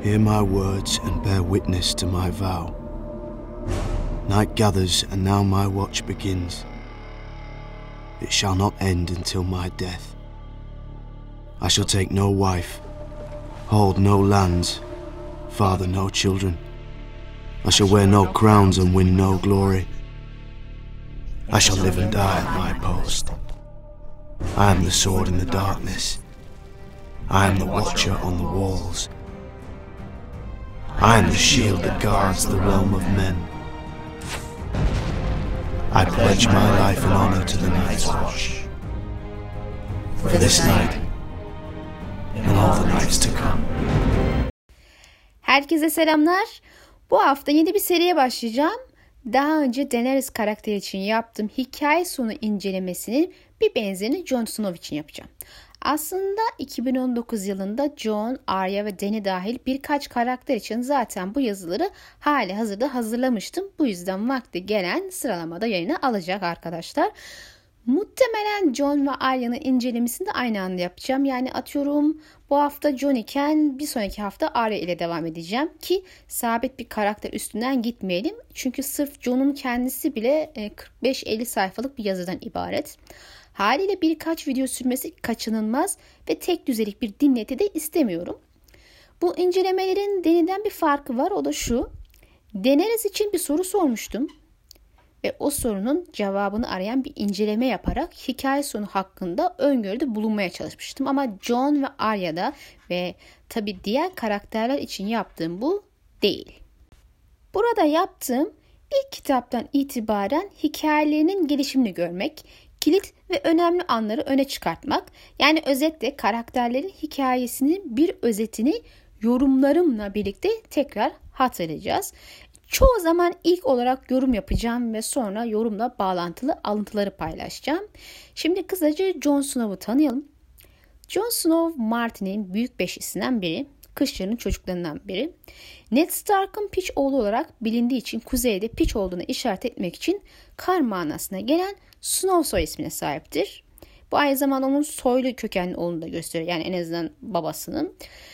Hear my words and bear witness to my vow. Night gathers and now my watch begins. It shall not end until my death. I shall take no wife, hold no lands, father no children. I shall wear no crowns and win no glory. I shall live and die at my post. I am the sword in the darkness. I am the watcher on the walls. I am the shield that guards the realm of men. I pledge my life and honor to the Night's Watch. For this night and all the nights to come. Herkese selamlar. Bu hafta yeni bir seriye başlayacağım. Daha önce Daenerys karakteri için yaptığım hikaye sonu incelemesinin bir benzerini Jon Snow için yapacağım. Aslında 2019 yılında Jon, Arya ve Dany dahil birkaç karakter için zaten bu yazıları hali hazırda hazırlamıştım. Bu yüzden vakti gelen sıralamada yayına alacak arkadaşlar. Muhtemelen Jon ve Arya'nın incelemesini de aynı anda yapacağım. Yani atıyorum bu hafta Jon iken bir sonraki hafta Arya ile devam edeceğim. Ki sabit bir karakter üstünden gitmeyelim. Çünkü sırf Jon'un kendisi bile 45-50 sayfalık bir yazıdan ibaret. Haliyle birkaç video sürmesi kaçınılmaz ve tek düzelik bir dinleti de istemiyorum. Bu incelemelerin Dany'den bir farkı var, o da şu. Daenerys için bir soru sormuştum. Ve o sorunun cevabını arayan bir inceleme yaparak hikaye sonu hakkında öngörüde bulunmaya çalışmıştım. Ama Jon ve Arya'da ve tabii diğer karakterler için yaptığım bu değil. Burada yaptığım ilk kitaptan itibaren hikayelerinin gelişimini görmek, kilit ve önemli anları öne çıkartmak. Yani özetle karakterlerin hikayesinin bir özetini yorumlarımla birlikte tekrar hatırlayacağız. Çoğu zaman ilk olarak yorum yapacağım ve sonra yorumla bağlantılı alıntıları paylaşacağım. Şimdi kısaca Jon Snow'u tanıyalım. Jon Snow, Martin'in büyük beşlisinden biri, Kışlar'ın çocuklarından biri. Ned Stark'ın piç oğlu olarak bilindiği için kuzeyde piç olduğunu işaret etmek için kar manasına gelen Snow soy ismine sahiptir. Bu aynı zamanda onun soylu kökenli olduğunu da gösteriyor. Yani en azından babasının.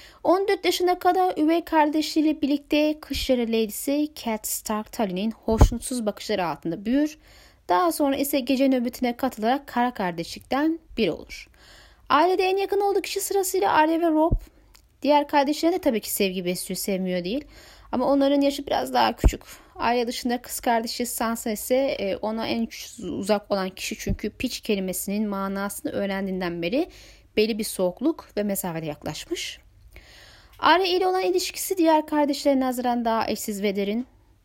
14 yaşına kadar üvey kardeşleriyle birlikte Kışları Lady'si Catelyn Stark Tully'nin hoşnutsuz bakışları altında büyür. Daha sonra ise gece nöbetine katılarak kara kardeşlikten biri olur. Ailede en yakın olduğu kişi sırasıyla Arya ve Robb. Diğer kardeşlerine de tabii ki sevgi besliyor, sevmiyor değil. Ama onların yaşı biraz daha küçük. Arya dışında kız kardeşi Sansa ise ona en uzak olan kişi, çünkü piç kelimesinin manasını öğrendiğinden beri belli bir soğukluk ve mesafede yaklaşmış. Arya ile olan ilişkisi diğer kardeşlerine nazaran daha eşsiz ve derin.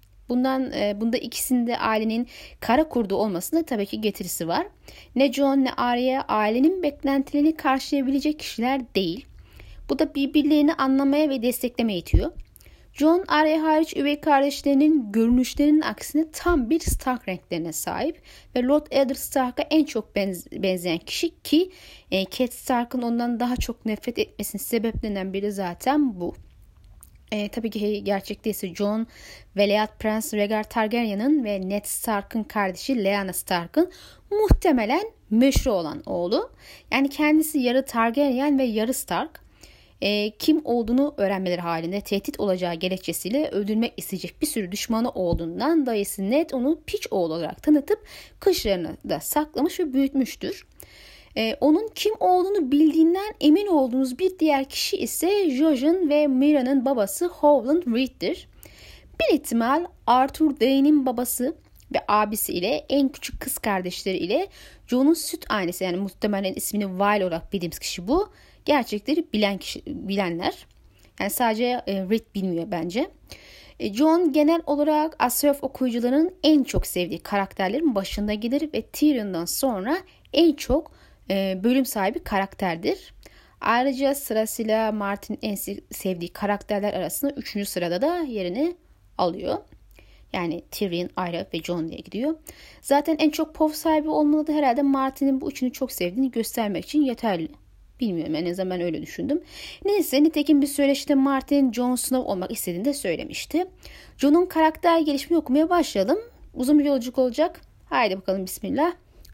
Bunda ikisinde ailenin kara kurdu olmasında tabii ki getirisi var. Ne Jon ne Arya ailenin beklentilerini karşılayabilecek kişiler değil. Bu da birbirlerini anlamaya ve desteklemeye itiyor. Jon, Arya hariç üvey kardeşlerinin görünüşlerinin aksine tam bir Stark renklerine sahip ve Lord Eddard Stark'a en çok benzeyen kişi ki Catelyn Stark'ın ondan daha çok nefret etmesinin sebeplerinden biri zaten bu. Tabii ki gerçekte ise Jon, Veliaht Prens Rhaegar Targaryen'ın ve Ned Stark'ın kardeşi Lyanna Stark'ın muhtemelen meşru olan oğlu. Yani kendisi yarı Targaryen ve yarı Stark. Kim olduğunu öğrenmeleri halinde tehdit olacağı gerekçesiyle öldürmek isteyecek bir sürü düşmanı olduğundan dayısı Ned onu piç oğlu olarak tanıtıp kışlarını da saklamış ve büyütmüştür. Onun kim olduğunu bildiğinden emin olduğunuz bir diğer kişi ise Jojen ve Myranna'nın babası Howland Reed'dir. Bir ihtimal Arthur Dayne'in babası ve abisi ile en küçük kız kardeşleri ile Jon'un süt annesi, yani muhtemelen ismini Vyle olarak bildiğimiz kişi bu. Gerçekleri bilenler. Yani sadece Reed bilmiyor bence. Jon genel olarak Asyaf okuyucuların en çok sevdiği karakterlerin başında gelir ve Tyrion'dan sonra en çok bölüm sahibi karakterdir. Ayrıca sırasıyla Martin'in en sevdiği karakterler arasında 3. sırada da yerini alıyor. Yani Tyrion, Arya ve Jon diye gidiyor. Zaten en çok pov sahibi olmalı da herhalde Martin'in bu üçünü çok sevdiğini göstermek için yeterli. Bilmiyorum, en azından ben öyle düşündüm. Neyse, nitekim bir söyleşide Martin Jon Snow olmak istediğini de söylemişti. Jon'un karakter gelişimi okumaya başlayalım. Uzun bir yolculuk olacak. Haydi bakalım, bismillah.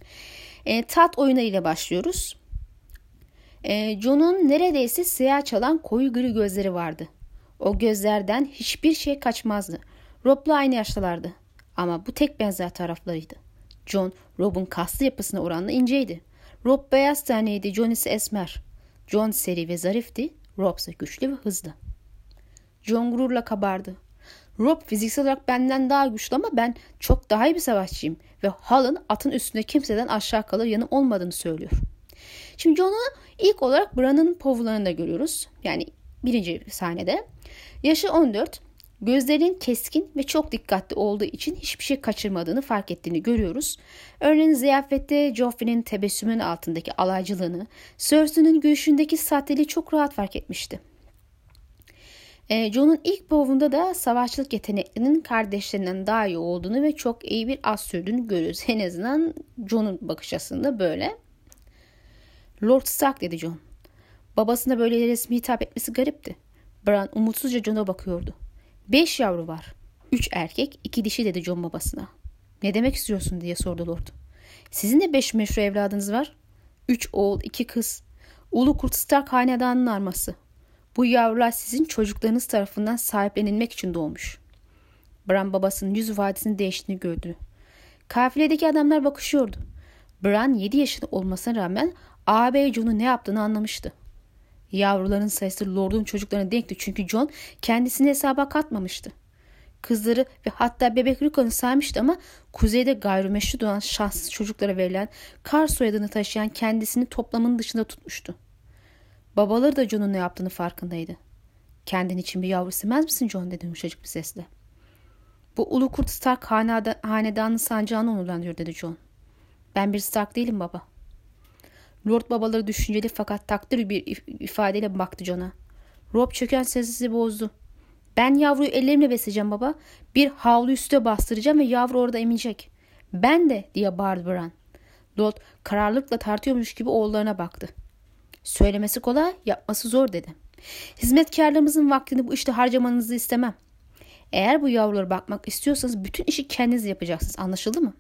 Tat oyunlarıyla başlıyoruz. Jon'un neredeyse siyah çalan koyu gri gözleri vardı. O gözlerden hiçbir şey kaçmazdı. Rob'la aynı yaştalardı. Ama bu tek benzer taraflarıydı. Jon, Rob'un kaslı yapısına oranla inceydi. Rob beyaz tenliydi, Jon ise esmer. Jon seri ve zarifti, Rob ise güçlü ve hızlı. Jon gururla kabardı. Rob fiziksel olarak benden daha güçlü ama ben çok daha iyi bir savaşçıyım ve Hal'ın atın üstünde kimseden aşağı kalır yanı olmadığını söylüyor. Şimdi Jon'u ilk olarak Bran'ın povularında görüyoruz. Yani birinci sahnede. Yaşı 14, gözlerinin keskin ve çok dikkatli olduğu için hiçbir şey kaçırmadığını fark ettiğini görüyoruz. Örneğin ziyafette Joffrey'nin tebessümün altındaki alaycılığını, Cersei'nin gülüşündeki sahteliği çok rahat fark etmişti. Jon'un ilk povunda da savaşçılık yeteneklerinin kardeşlerinden daha iyi olduğunu ve çok iyi bir az sürdüğünü görüyoruz. En azından Jon'un bakış açısında böyle. Lord Stark dedi Jon. Babasına böyle resmi hitap etmesi garipti. Bran umutsuzca Jon'a bakıyordu. 5 yavru var. 3 erkek, 2 dişi dedi Jon babasına. Ne demek istiyorsun diye sordu Lord. Sizin de 5 meşru evladınız var. 3 oğul, 2 kız. Ulu Kurt Stark hanedanının arması. Bu yavrular sizin çocuklarınız tarafından sahiplenilmek için doğmuş. Bran babasının yüz ifadesinin değiştiğini gördü. Kafiledeki adamlar bakışıyordu. Bran 7 yaşında olmasına rağmen ağabey Jon'un ne yaptığını anlamıştı. Yavruların sayısı Lord'un çocuklarına denkti çünkü Jon kendisini hesaba katmamıştı. Kızları ve hatta bebek Rickon'u saymıştı ama kuzeyde gayrimeşru doğan şanssız çocuklara verilen Kar soyadını taşıyan kendisini toplamının dışında tutmuştu. Babaları da Jon'un ne yaptığını farkındaydı. Kendin için bir yavru istemez misin Jon dedi yumuşacık bir sesle. Bu Ulu Kurt Stark hanedanın sancağını onurlandırıyor dedi Jon. Ben bir Stark değilim baba. Lord babaları düşünceli fakat takdir bir ifadeyle baktı Jon'a. Rob çöken sessizliği bozdu. Ben yavruyu ellerimle besleyeceğim baba. Bir havlu üstüne bastıracağım ve yavru orada emecek. Ben de diye bağırdı Bran. Lord kararlılıkla tartıyormuş gibi oğullarına baktı. Söylemesi kolay, yapması zor dedi. Hizmetkarlarımızın vaktini bu işte harcamanızı istemem. Eğer bu yavrulara bakmak istiyorsanız bütün işi kendiniz yapacaksınız. Anlaşıldı mı?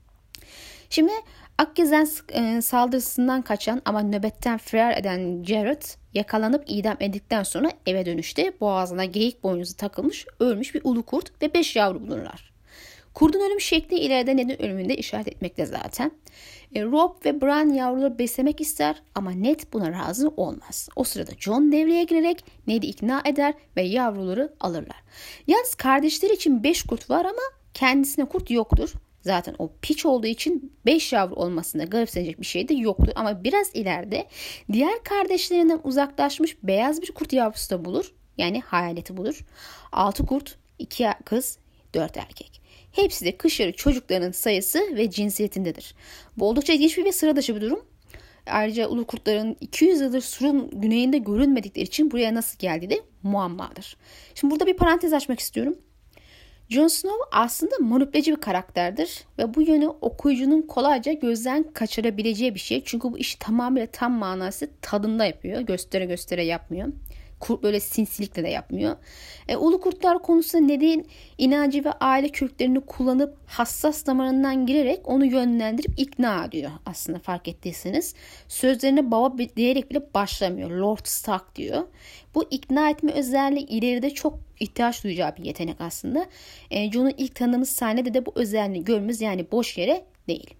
Şimdi Akgezen saldırısından kaçan ama nöbetten firar eden Jared yakalanıp idam edildikten sonra eve dönüşte boğazına geyik boynuzu takılmış ölmüş bir ulu kurt ve 5 yavru bulurlar. Kurdun ölüm şekli ileride Ned'in ölümünde işaret etmekte zaten. Robb ve Bran yavruları beslemek ister ama Ned buna razı olmaz. O sırada Jon devreye girerek Ned'i ikna eder ve yavruları alırlar. Yalnız kardeşleri için 5 kurt var ama kendisine kurt yoktur. Zaten o piç olduğu için 5 yavru olmasında garipsenecek bir şey de yoktu. Ama biraz ileride diğer kardeşlerinden uzaklaşmış beyaz bir kurt yavrusu da bulur. Yani hayaleti bulur. 6 kurt, 2 kız, 4 erkek. Hepsi de kışları çocukların sayısı ve cinsiyetindedir. Bu oldukça ilginç ve sıra dışı bir durum. Ayrıca ulu kurtların 200 yıldır Sur'un güneyinde görünmedikleri için buraya nasıl geldiği de muammadır. Şimdi burada bir parantez açmak istiyorum. Jon Snow aslında manipüleci bir karakterdir ve bu yönü okuyucunun kolayca gözden kaçırabileceği bir şey. Çünkü bu işi tamamıyla tam manası tadında yapıyor. Göstere göstere yapmıyor. Kurt böyle sinsilikle de yapmıyor. Ulu kurtlar konusunda Ned'in inancı ve aile köklerini kullanıp hassas damarından girerek onu yönlendirip ikna ediyor. Aslında fark ettiyseniz sözlerine baba diyerek bile başlamıyor. Lord Stark diyor. Bu ikna etme özelliği ileride çok ihtiyaç duyacağı bir yetenek aslında. Jon'u ilk tanıdığımız sahnede de bu özelliği görmemiz yani boş yere değil.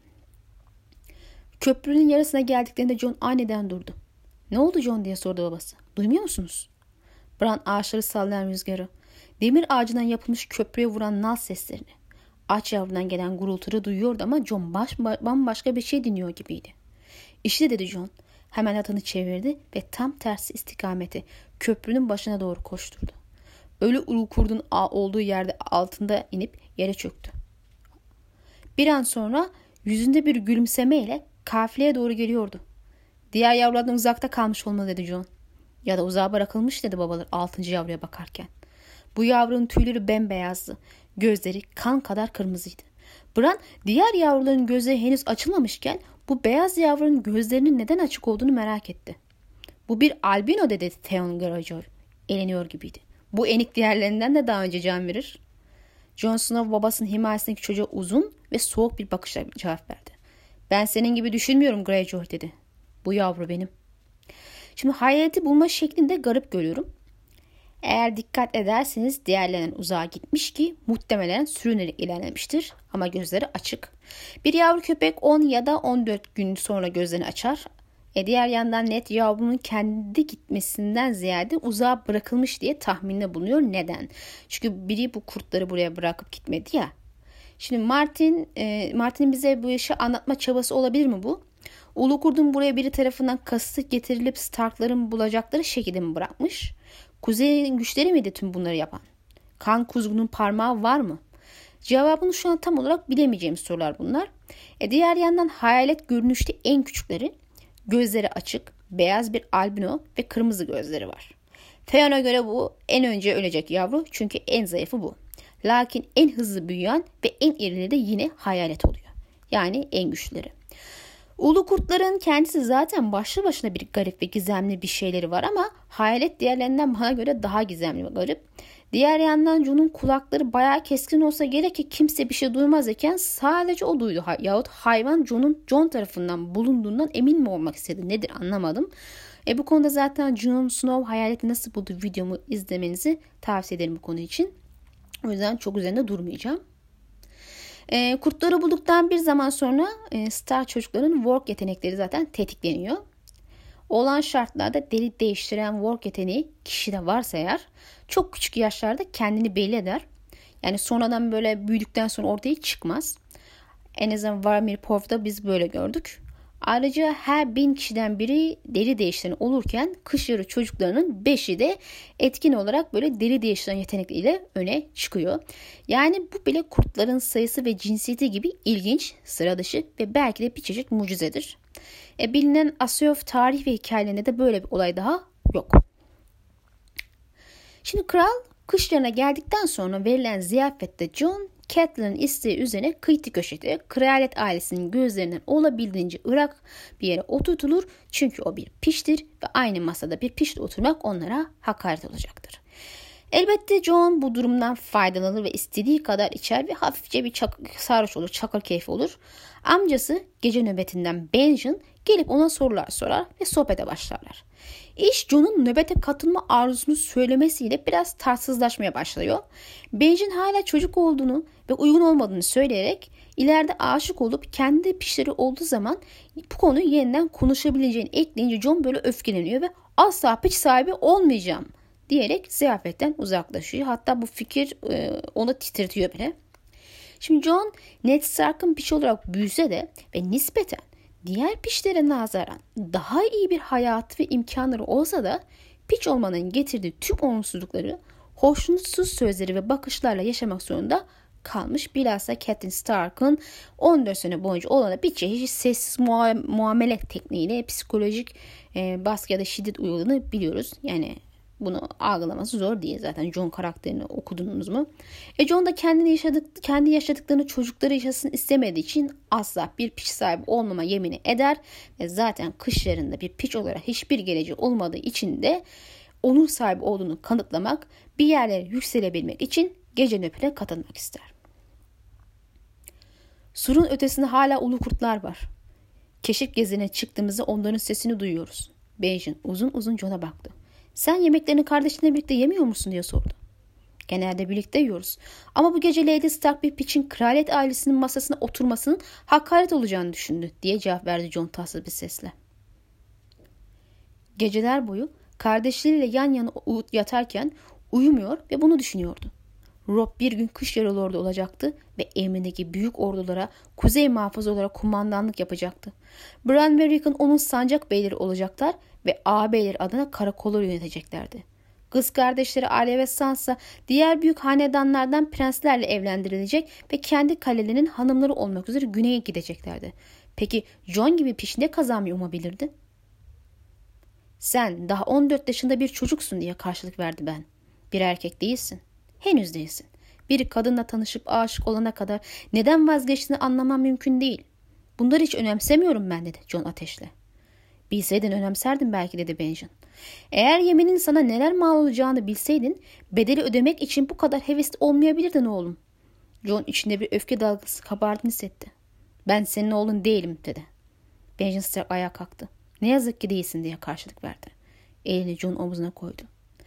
Köprünün yarısına geldiklerinde Jon aniden durdu. Ne oldu Jon diye sordu babası. Duymuyor musunuz? Bran ağaçları sallayan rüzgarı, demir ağacından yapılmış köprüye vuran nal seslerini, aç yavrudan gelen gurultuları duyuyordu ama Jon bambaşka bir şey dinliyor gibiydi. İşte dedi Jon, hemen atını çevirdi ve tam tersi istikameti köprünün başına doğru koşturdu. Ölü ulu kurdun olduğu yerde altında inip yere çöktü. Bir an sonra yüzünde bir gülümsemeyle kafileye doğru geliyordu. Diğer yavrulardan uzakta kalmış olmalı dedi Jon. Ya da uzağa bırakılmış dedi babalar 6. yavruya bakarken. Bu yavrunun tüyleri bembeyazdı. Gözleri kan kadar kırmızıydı. Bran diğer yavruların gözleri henüz açılmamışken bu beyaz yavrunun gözlerinin neden açık olduğunu merak etti. Bu bir albino dedi Theon Greyjoy. Eğleniyor gibiydi. Bu enik diğerlerinden de daha önce can verir. Jon Snow babasının himayesindeki çocuğa uzun ve soğuk bir bakışla cevap verdi. Ben senin gibi düşünmüyorum Greyjoy dedi. Bu yavru benim. Şimdi hayaleti bulma şeklinde garip görüyorum. Eğer dikkat ederseniz diğerlerinden uzağa gitmiş ki muhtemelen sürünerek ilerlemiştir ama gözleri açık. Bir yavru köpek 10 ya da 14 gün sonra gözlerini açar. Diğer yandan Ned yavrunun kendi gitmesinden ziyade uzağa bırakılmış diye tahminde bulunuyor. Neden? Çünkü biri bu kurtları buraya bırakıp gitmedi ya. Şimdi Martin'in bize bu işi anlatma çabası olabilir mi bu? Ulu kurdun buraya biri tarafından kasıtlı getirilip Stark'ların bulacakları şekilde mi bırakmış? Kuzey'in güçleri miydi tüm bunları yapan? Kan kuzgunun parmağı var mı? Cevabını şu an tam olarak bilemeyeceğim sorular bunlar. Diğer yandan hayalet görünüşte en küçükleri, gözleri açık, beyaz bir albino ve kırmızı gözleri var. Theon'a göre bu en önce ölecek yavru çünkü en zayıfı bu. Lakin en hızlı büyüyen ve en irileri de yine hayalet oluyor. Yani en güçlüleri. Ulu kurtların kendisi zaten başlı başına bir garip ve gizemli bir şeyleri var ama hayalet diğerlerinden bana göre daha gizemli ve garip. Diğer yandan Jon'un kulakları bayağı keskin olsa gerek ki kimse bir şey duymaz iken sadece o duydu. Yahut hayvan Jon tarafından bulunduğundan emin mi olmak istedi nedir anlamadım. Bu konuda zaten Jon Snow hayaleti nasıl buldu videomu izlemenizi tavsiye ederim bu konu için. O yüzden çok üzerinde durmayacağım. Kurtları bulduktan bir zaman sonra Stark çocukların Work yetenekleri zaten tetikleniyor. Olan şartlarda deri değiştiren Work yeteneği kişide varsa eğer çok küçük yaşlarda kendini belli eder. Yani sonradan böyle büyüdükten sonra ortaya çıkmaz. En azından Varamir Pov'da biz böyle gördük. Ayrıca her 1000 kişiden biri deri değiştiren olurken kış yarı çocuklarının 5'i de etkin olarak böyle deri değiştiren yetenekleriyle öne çıkıyor. Yani bu bile kurtların sayısı ve cinsiyeti gibi ilginç, sıra dışı ve belki de bir çeşit mucizedir. Bilinen Asyov tarih ve hikayelerinde de böyle bir olay daha yok. Şimdi kral kışlarına geldikten sonra verilen ziyafette Jon, Catelyn'in isteği üzerine kıyı köşede kraliyet ailesinin gözlerinden olabildiğince ırak bir yere oturtulur. Çünkü o bir piştir ve aynı masada bir pişle oturmak onlara hakaret olacaktır. Elbette Jon bu durumdan faydalanır ve istediği kadar içer ve hafifçe bir sarhoş olur, çakır keyfi olur. Amcası gece nöbetinden Benjen gelip ona sorular sorar ve sohbete başlarlar. İş Jon'un nöbete katılma arzusunu söylemesiyle biraz tatsızlaşmaya başlıyor. Benjen hala çocuk olduğunu ve uygun olmadığını söyleyerek ileride aşık olup kendi pişleri olduğu zaman bu konuyu yeniden konuşabileceğini ekleyince Jon böyle öfkeleniyor ve asla piç sahibi olmayacağım diyerek ziyafetten uzaklaşıyor. Hatta bu fikir onu titretiyor bile. Şimdi Jon Ned Stark'ın piç olarak büyüse de ve nispeten diğer piçlere nazaran daha iyi bir hayatı ve imkanları olsa da piç olmanın getirdiği tüm olumsuzlukları, hoşnutsuz sözleri ve bakışlarla yaşamak zorunda kalmış. Bilhassa Catelyn Stark'ın 14 sene boyunca olana bir çeşit sessiz muamele tekniğiyle psikolojik baskı ya da şiddet uyguladığını biliyoruz. Yani bunu algılaması zor değil zaten Jon karakterini okudunuz mu? Jon da kendi yaşadıklarını çocukları yaşasın istemediği için asla bir piç sahibi olmama yemini eder ve zaten kışlarında bir piç olarak hiçbir geleceği olmadığı için de onur sahibi olduğunu kanıtlamak, bir yerlere yükselebilmek için gece nöbetine katılmak ister. Surun ötesinde hala ulu kurtlar var. Keşif gezine çıktığımızda onların sesini duyuyoruz. Benjen uzun uzun Jon'a baktı. Sen yemeklerini kardeşinle birlikte yemiyor musun diye sordu. Genelde birlikte yiyoruz. Ama bu gece Lady Stark bir piçin kraliyet ailesinin masasına oturmasının hakaret olacağını düşündü diye cevap verdi Jon tatsız bir sesle. Geceler boyu kardeşleriyle yan yana yatarken uyumuyor ve bunu düşünüyordu. Robb bir gün kış yarılı ordu olacaktı ve emrindeki büyük ordulara kuzey muhafızı olarak kumandanlık yapacaktı. Bran ve Rickon onun sancak beyleri olacaklar ve ağabeyleri adına karakolları yöneteceklerdi. Kız kardeşleri Arya ve Sansa diğer büyük hanedanlardan prenslerle evlendirilecek ve kendi kalelerinin hanımları olmak üzere güneye gideceklerdi. Peki Jon gibi piç ne kazanmayı umabilirdi? Sen daha 14 yaşında bir çocuksun diye karşılık verdi ben. Bir erkek değilsin. Henüz değilsin. Bir kadınla tanışıp aşık olana kadar neden vazgeçtiğini anlamam mümkün değil. Bunları hiç önemsemiyorum ben dedi Jon ateşle. Bilseydin önemserdin belki dedi Benjen. Eğer yeminin sana neler mal olacağını bilseydin bedeli ödemek için bu kadar hevesli olmayabilirdin oğlum. Jon içinde bir öfke dalgası kabardığını hissetti. Ben senin oğlun değilim dedi. Benjen Stark ayağa kalktı. Ne yazık ki değilsin diye karşılık verdi. Elini Jon omzuna koydu.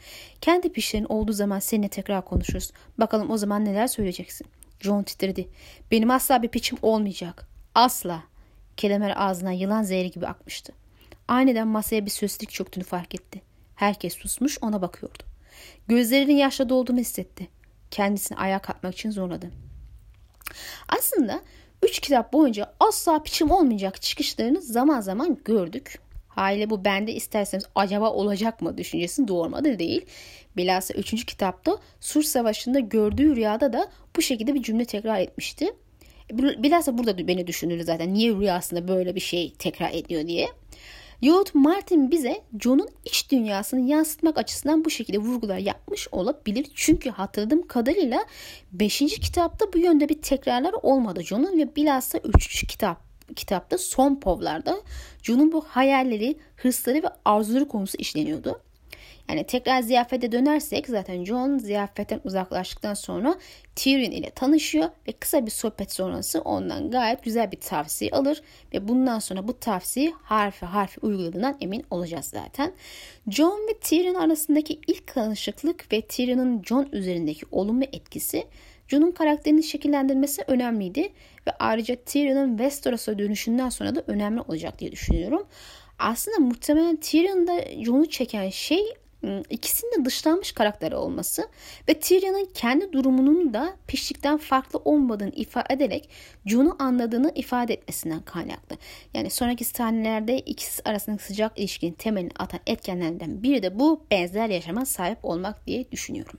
Kendi pişlerin olduğu zaman seninle tekrar konuşuruz. Bakalım o zaman neler söyleyeceksin. Jon titredi. Benim asla bir piçim olmayacak. Asla. Kelimeler ağzından yılan zehri gibi akmıştı. Aniden masaya bir sözlük çöktüğünü fark etti. Herkes susmuş ona bakıyordu. Gözlerinin yaşla dolduğunu hissetti. Kendisini ayağa kalkmak için zorladı. Aslında 3 kitap boyunca asla piçim olmayacak çıkışlarını zaman zaman gördük. Haliyle bu bende isterseniz acaba olacak mı düşüncesini doğurmadı değil. Bilhassa 3. kitapta Sur Savaşı'nda gördüğü rüyada da bu şekilde bir cümle tekrar etmişti. Bilhassa burada beni düşündürdü zaten. Niye rüyasında böyle bir şey tekrar ediyor diye. Yahut Martin bize Jon'un iç dünyasını yansıtmak açısından bu şekilde vurgular yapmış olabilir. Çünkü hatırladığım kadarıyla 5. kitapta bu yönde bir tekrarlar olmadı Jon'un ve bilhassa 3. kitapta son povlarda Jon'un bu hayalleri, hırsları ve arzuları konusu işleniyordu. Yani tekrar ziyafete dönersek zaten Jon ziyafetten uzaklaştıktan sonra Tyrion ile tanışıyor ve kısa bir sohbet sonrası ondan gayet güzel bir tavsiye alır ve bundan sonra bu tavsiyeyi harfi uyguladığından emin olacağız zaten. Jon ve Tyrion arasındaki ilk tanışıklık ve Tyrion'un Jon üzerindeki olumlu etkisi Jon'un karakterini şekillendirmesi önemliydi ve ayrıca Tyrion'un Westeros'a dönüşünden sonra da önemli olacak diye düşünüyorum. Aslında muhtemelen Tyrion'da Jon'u çeken şey ikisinin de dışlanmış karakteri olması ve Tyrion'un kendi durumunun da pişlikten farklı olmadığını ifade ederek Jon'u anladığını ifade etmesinden kaynaklı. Yani sonraki sahnelerde ikisi arasındaki sıcak ilişkinin temelini atan etkenlerden biri de bu benzer yaşama sahip olmak diye düşünüyorum.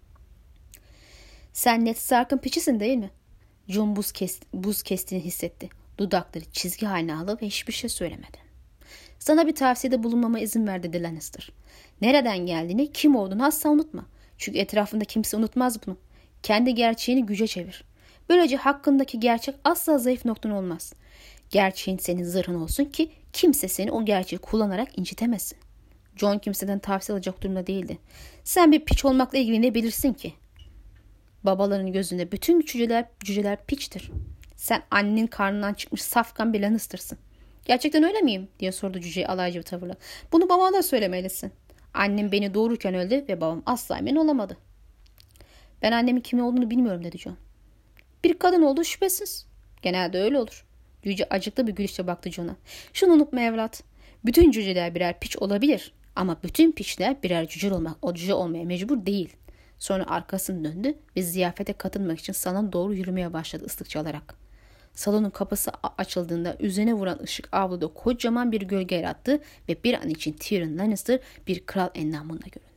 Sen Ned Stark'ın piçisin değil mi? Jon buz kestiğini hissetti. Dudakları çizgi haline aldı ve hiçbir şey söylemedi. Sana bir tavsiyede bulunmama izin ver dedi Lannister. Nereden geldiğini, kim olduğunu asla unutma. Çünkü etrafında kimse unutmaz bunu. Kendi gerçeğini güce çevir. Böylece hakkındaki gerçek asla zayıf noktan olmaz. Gerçeğin senin zırhın olsun ki kimse seni o gerçeği kullanarak incitemesin. Jon kimseden tavsiye alacak durumda değildi. Sen bir piç olmakla ilgili ne bilirsin ki? Babaların gözünde bütün cüceler piçtir. Sen annenin karnından çıkmış safkan bir Lannister'sın. Gerçekten öyle miyim? Diye sordu cüce alaycı bir tavırla. Bunu babana da söylemelisin. Annem beni doğururken öldü ve babam asla emin olamadı. Ben annemin kim olduğunu bilmiyorum dedi Jon. Bir kadın olduğu şüphesiz. Genelde öyle olur. Cüce acıklı bir gülüşle baktı Jon'a. Şunu unutma evlat. Bütün cüceler birer piç olabilir. Ama bütün piçler birer cüce olmaya mecbur değil. Sonra arkasını döndü ve ziyafete katılmak için salona doğru yürümeye başladı ıslık çalarak. Salonun kapısı açıldığında üzerine vuran ışık avluda kocaman bir gölge yarattı ve bir an için Tyrion Lannister bir kral endamında göründü.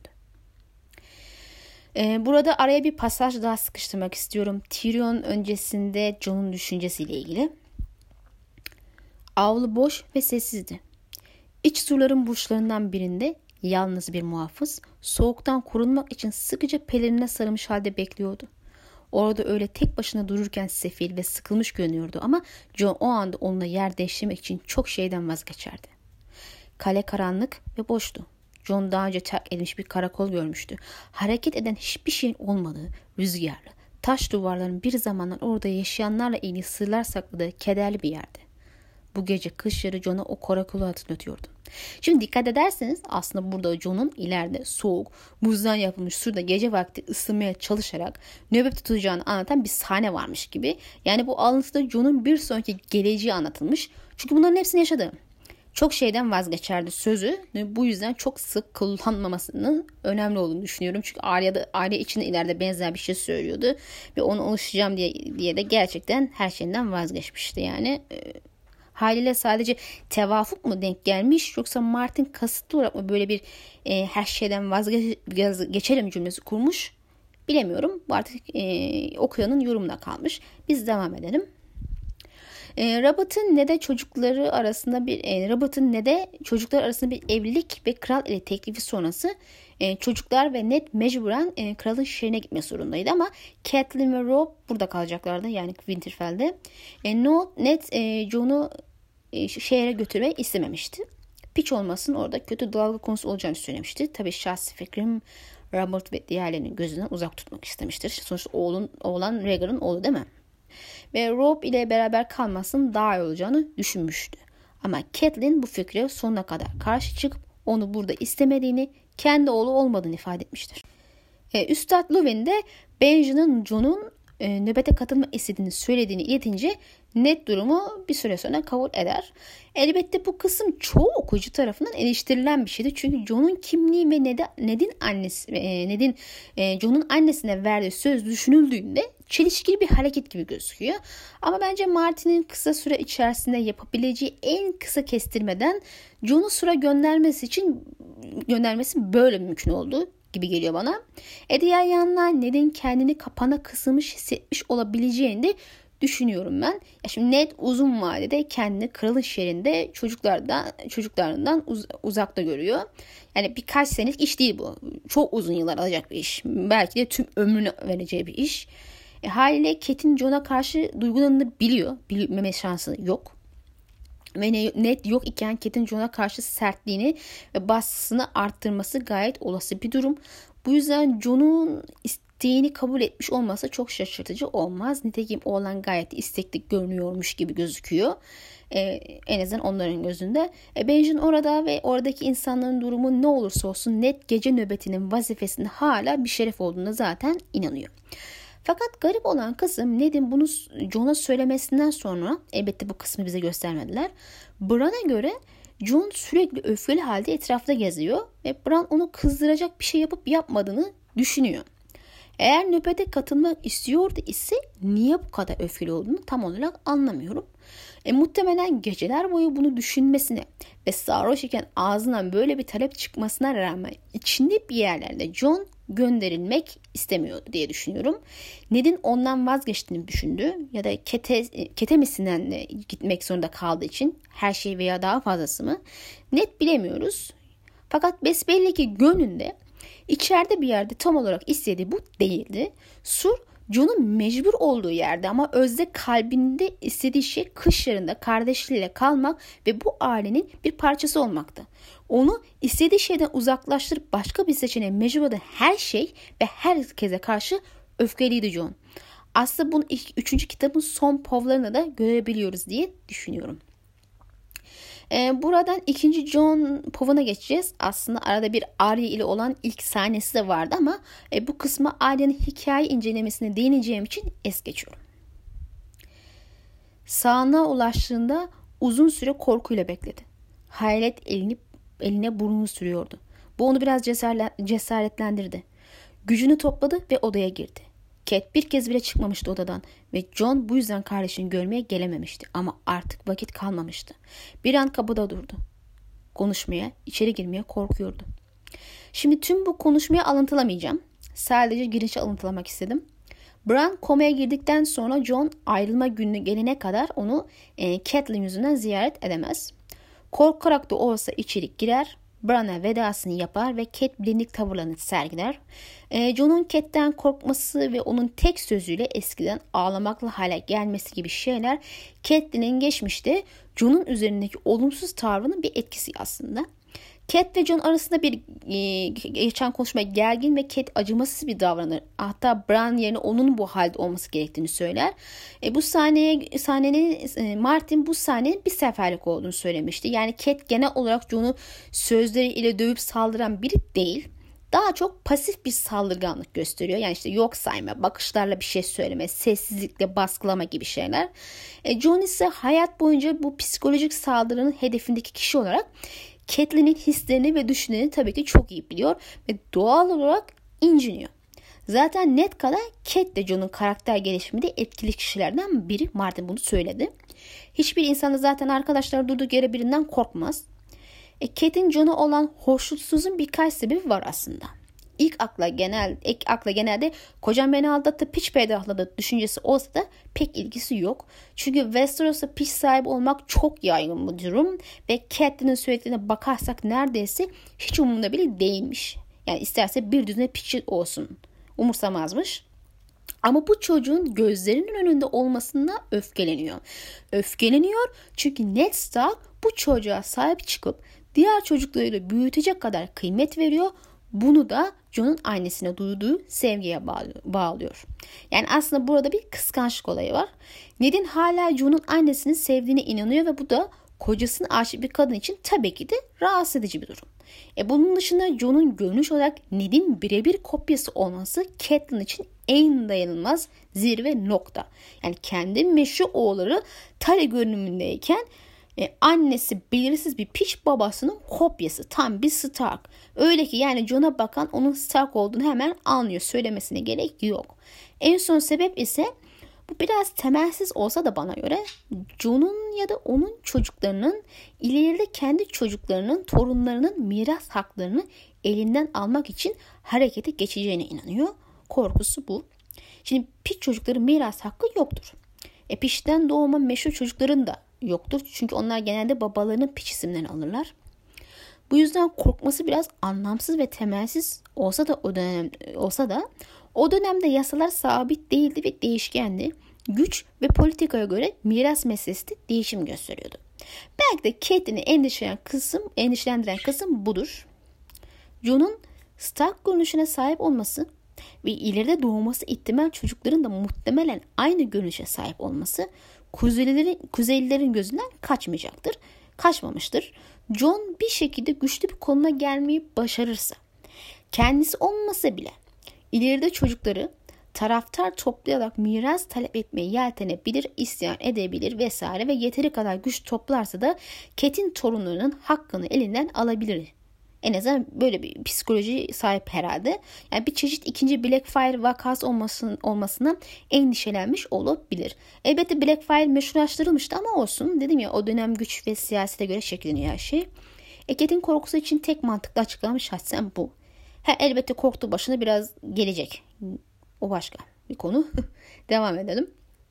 Burada araya bir pasaj daha sıkıştırmak istiyorum. Tyrion öncesinde Jon'un düşüncesiyle ilgili. Avlu boş ve sessizdi. İç surların burçlarından birinde yalnız bir muhafız soğuktan korunmak için sıkıca pelerinine sarılmış halde bekliyordu. Orada öyle tek başına dururken sefil ve sıkılmış görünüyordu ama Jon o anda onunla yer değiştirmek için çok şeyden vazgeçerdi. Kale karanlık ve boştu. Jon daha önce terk edilmiş bir karakol görmüştü. Hareket eden hiçbir şeyin olmadığı, rüzgarlı, taş duvarların bir zamanlar orada yaşayanlarla ilgili sırlar sakladığı kederli bir yerdi. Bu gece kış yarı Jon'a o karakolu hatırlatıyordu. Şimdi dikkat ederseniz aslında burada Jon'un ileride soğuk, buzdan yapılmış suda gece vakti ısınmaya çalışarak nöbet tutacağını anlatan bir sahne varmış gibi. Yani bu alıntıda Jon'un bir sonraki geleceği anlatılmış. Çünkü bunların hepsini yaşadı. Çok şeyden vazgeçerdi sözü. Bu yüzden çok sık kullanmamasının önemli olduğunu düşünüyorum. Çünkü Arya içinde ileride benzer bir şey söylüyordu. Ve ona alışacağım diye de gerçekten her şeyden vazgeçmişti yani. Haliyle sadece tevafuk mu denk gelmiş yoksa Martin kasıtlı olarak mı böyle bir her şeyden vazgeçelim cümlesi kurmuş bilemiyorum. Bu artık okuyanın yorumuna kalmış. Biz devam edelim. Robert'ın ne de çocuklar arasında bir evlilik ve kral ile teklifi sonrası çocuklar ve Ned mecburen kralın şehrine gitme zorundaydı ama Catelyn ve Robb burada kalacaklardı yani Winterfell'de. Ned Jon'u şehre götürmeyi istememişti. Piç olmasın orada kötü dalga konusu olacağını söylemişti. Tabii şahsi fikrim Robert ve diğerlerinin gözünden uzak tutmak istemiştir. Sonuçta oğlan Rhaegar'ın oğlu değil mi? Ve Robb ile beraber kalmasının daha iyi olacağını düşünmüştü. Ama Catelyn bu fikre sonuna kadar karşı çıkıp onu burada istemediğini, kendi oğlu olmadığını ifade etmiştir. Üstad Lewin de Benji'nin Jon'un nöbete katılma istediğini söylediğini iletince Ned durumu bir süre sonra kabul eder. Elbette bu kısım çoğu okuyucu tarafından eleştirilen bir şeydi. Çünkü Jon'un kimliği ve Ned'in Jon'un annesine verdiği söz düşünüldüğünde çelişkili bir hareket gibi gözüküyor. Ama bence Martin'in kısa süre içerisinde yapabileceği en kısa kestirmeden Jon'u Sur'a göndermesi böyle mümkün oldu gibi geliyor bana. Diğer yandan Ned'in kendini kapana kısılmış hissetmiş olabileceğini de düşünüyorum ben. Şimdi Ned uzun vadede kendini kralın şehrinde çocuklarından uzakta görüyor. Yani birkaç senelik iş değil bu. Çok uzun yıllar alacak bir iş. Belki de tüm ömrünü vereceği bir iş. Haliyle Catelyn Jon'a karşı duygularını biliyor. Bilmeme şansı yok. Ve Ned yok iken Catelyn Jon'a karşı sertliğini ve baskısını arttırması gayet olası bir durum. Bu yüzden Jon'un isteğini kabul etmiş olması çok şaşırtıcı olmaz. Nitekim oğlan gayet istekli görünüyormuş gibi gözüküyor. En azından onların gözünde. Benjen orada ve oradaki insanların durumu ne olursa olsun Ned gece nöbetinin vazifesinde hala bir şeref olduğuna zaten inanıyor. Fakat garip olan kısım Ned'in bunu Jon'a söylemesinden sonra, elbette bu kısmı bize göstermediler. Bran'a göre Jon sürekli öfkeli halde etrafta geziyor ve Bran onu kızdıracak bir şey yapıp yapmadığını düşünüyor. Eğer nöbete katılmak istiyordu ise niye bu kadar öfkeli olduğunu tam olarak anlamıyorum. Muhtemelen geceler boyu bunu düşünmesine ve sarhoş iken ağzından böyle bir talep çıkmasına rağmen içinde bir yerlerde Jon gönderilmek istemiyordu diye düşünüyorum. Ned'in ondan vazgeçtiğini düşündü ya da Ketemisinden de gitmek zorunda kaldığı için her şey veya daha fazlası mı net bilemiyoruz. Fakat besbelli ki gönlünde içeride bir yerde tam olarak istediği bu değildi. Sur Jon'un mecbur olduğu yerde ama özde kalbinde istediği şey kış yarında kardeşleriyle kalmak ve bu ailenin bir parçası olmaktı. Onu istediği şeyden uzaklaştırıp başka bir seçeneğe mecbur eden her şey ve herkese karşı öfkeliydi Jon. Aslında bunu 3. kitabın son povlarında da görebiliyoruz diye düşünüyorum. Buradan 2. Jon povuna geçeceğiz. Aslında arada bir Arya ile olan ilk sahnesi de vardı ama bu kısma Arya'nın hikaye incelemesine değineceğim için es geçiyorum. Sağına ulaştığında uzun süre korkuyla bekledi. Hayalet eline burnunu sürüyordu. Bu onu biraz cesaretlendirdi. Gücünü topladı ve odaya girdi. Cat bir kez bile çıkmamıştı odadan ve Jon bu yüzden kardeşini görmeye gelememişti ama artık vakit kalmamıştı. Bir an kapıda durdu. İçeri girmeye korkuyordu. Şimdi tüm bu konuşmayı alıntılamayacağım. Sadece girişi alıntılamak istedim. Bran komaya girdikten sonra Jon ayrılma günü gelene kadar onu Catelyn yüzünden ziyaret edemez. Korkarak da olsa içeri girer, Bran'a vedasını yapar ve Cat bilindik tavırlarını sergiler. Jon'un Cat'ten korkması ve onun tek sözüyle eskiden ağlamaklı hale gelmesi gibi şeyler Catelyn'in geçmişte Jon'un üzerindeki olumsuz tavrının bir etkisi aslında. Cat ve Jon arasında bir geçen konuşma gergin ve Cat acımasız bir davranır. Hatta Bran yerine onun bu halde olması gerektiğini söyler. Bu Martin bu sahnenin bir seferlik olduğunu söylemişti. Yani Cat genel olarak Jon'u sözleriyle dövüp saldıran biri değil. Daha çok pasif bir saldırganlık gösteriyor. Yani işte yok sayma, bakışlarla bir şey söyleme, sessizlikle baskılama gibi şeyler. Jon ise hayat boyunca bu psikolojik saldırının hedefindeki kişi olarak Catelyn'in hislerini ve düşüncelerini tabii ki çok iyi biliyor ve doğal olarak inciniyor. Zaten Ned kadar Cat de Jon'un karakter gelişiminde etkili kişilerden biri. Martin bunu söyledi. Hiçbir insan da zaten arkadaşlar durduk yere birinden korkmaz. Cat'in Jon'a olan hoşnutsuzun birkaç sebebi var aslında. İlk akla genelde kocam beni aldattı, piç peydahladı düşüncesi olsa da pek ilgisi yok. Çünkü Westeros'a piç sahibi olmak çok yaygın bir durum ve Catelyn'in söylediklerine bakarsak neredeyse hiç umurunda bile değilmiş. Yani isterse bir düzine piçi olsun, umursamazmış. Ama bu çocuğun gözlerinin önünde olmasına öfkeleniyor. Öfkeleniyor çünkü Ned Stark bu çocuğa sahip çıkıp diğer çocuklarıyla büyütecek kadar kıymet veriyor. Bunu da Jon'un annesine duyduğu sevgiye bağlıyor. Yani aslında burada bir kıskançlık olayı var. Ned'in hala Jon'un annesini sevdiğine inanıyor ve bu da kocasına aşık bir kadın için tabii ki de rahatsız edici bir durum. Bunun dışında Jon'un görünüş olarak Ned'in birebir kopyası olması Catelyn için en dayanılmaz zirve nokta. Yani kendi meşru oğulları Tarly görünümündeyken annesi belirsiz bir piç babasının kopyası. Tam bir Stark. Öyle ki yani Jon'a bakan onun Stark olduğunu hemen anlıyor. Söylemesine gerek yok. En son sebep ise bu biraz temelsiz olsa da bana göre Jon'un ya da onun çocuklarının ileride kendi çocuklarının, torunlarının miras haklarını elinden almak için harekete geçeceğine inanıyor. Korkusu bu. Şimdi piç çocukların miras hakkı yoktur. Piçten doğma meşhur çocukların da yoktur. Çünkü onlar genelde babalarının piç isimlerini alırlar. Bu yüzden korkması biraz anlamsız ve temelsiz olsa da o dönemde yasalar sabit değildi ve değişkendi. Güç ve politikaya göre miras meselesi de değişim gösteriyordu. Belki de Catelyn'i endişelendiren kısım budur. Jon'un Stark görünüşüne sahip olması ve ileride doğması ihtimal çocukların da muhtemelen aynı görünüşe sahip olması Kuzeylilerin gözünden kaçmamıştır. Jon bir şekilde güçlü bir konuma gelmeyi başarırsa, kendisi olmasa bile ileride çocukları taraftar toplayarak miras talep etmeye yeltenebilir, isyan edebilir vesaire ve yeteri kadar güç toplarsa da Catelyn torunlarının hakkını elinden alabilir. En azından böyle bir psikoloji sahip herhalde. Yani bir çeşit ikinci Blackfyre vakası olmasına endişelenmiş olabilir. Elbette Blackfyre meşrulaştırılmıştı ama olsun. Dedim ya, o dönem güç ve siyasete göre şekilleniyor her şey. Catelyn korkusu için tek mantıklı açıklama şahsen bu. Elbette korktuğu başına biraz gelecek. O başka bir konu. Devam edelim.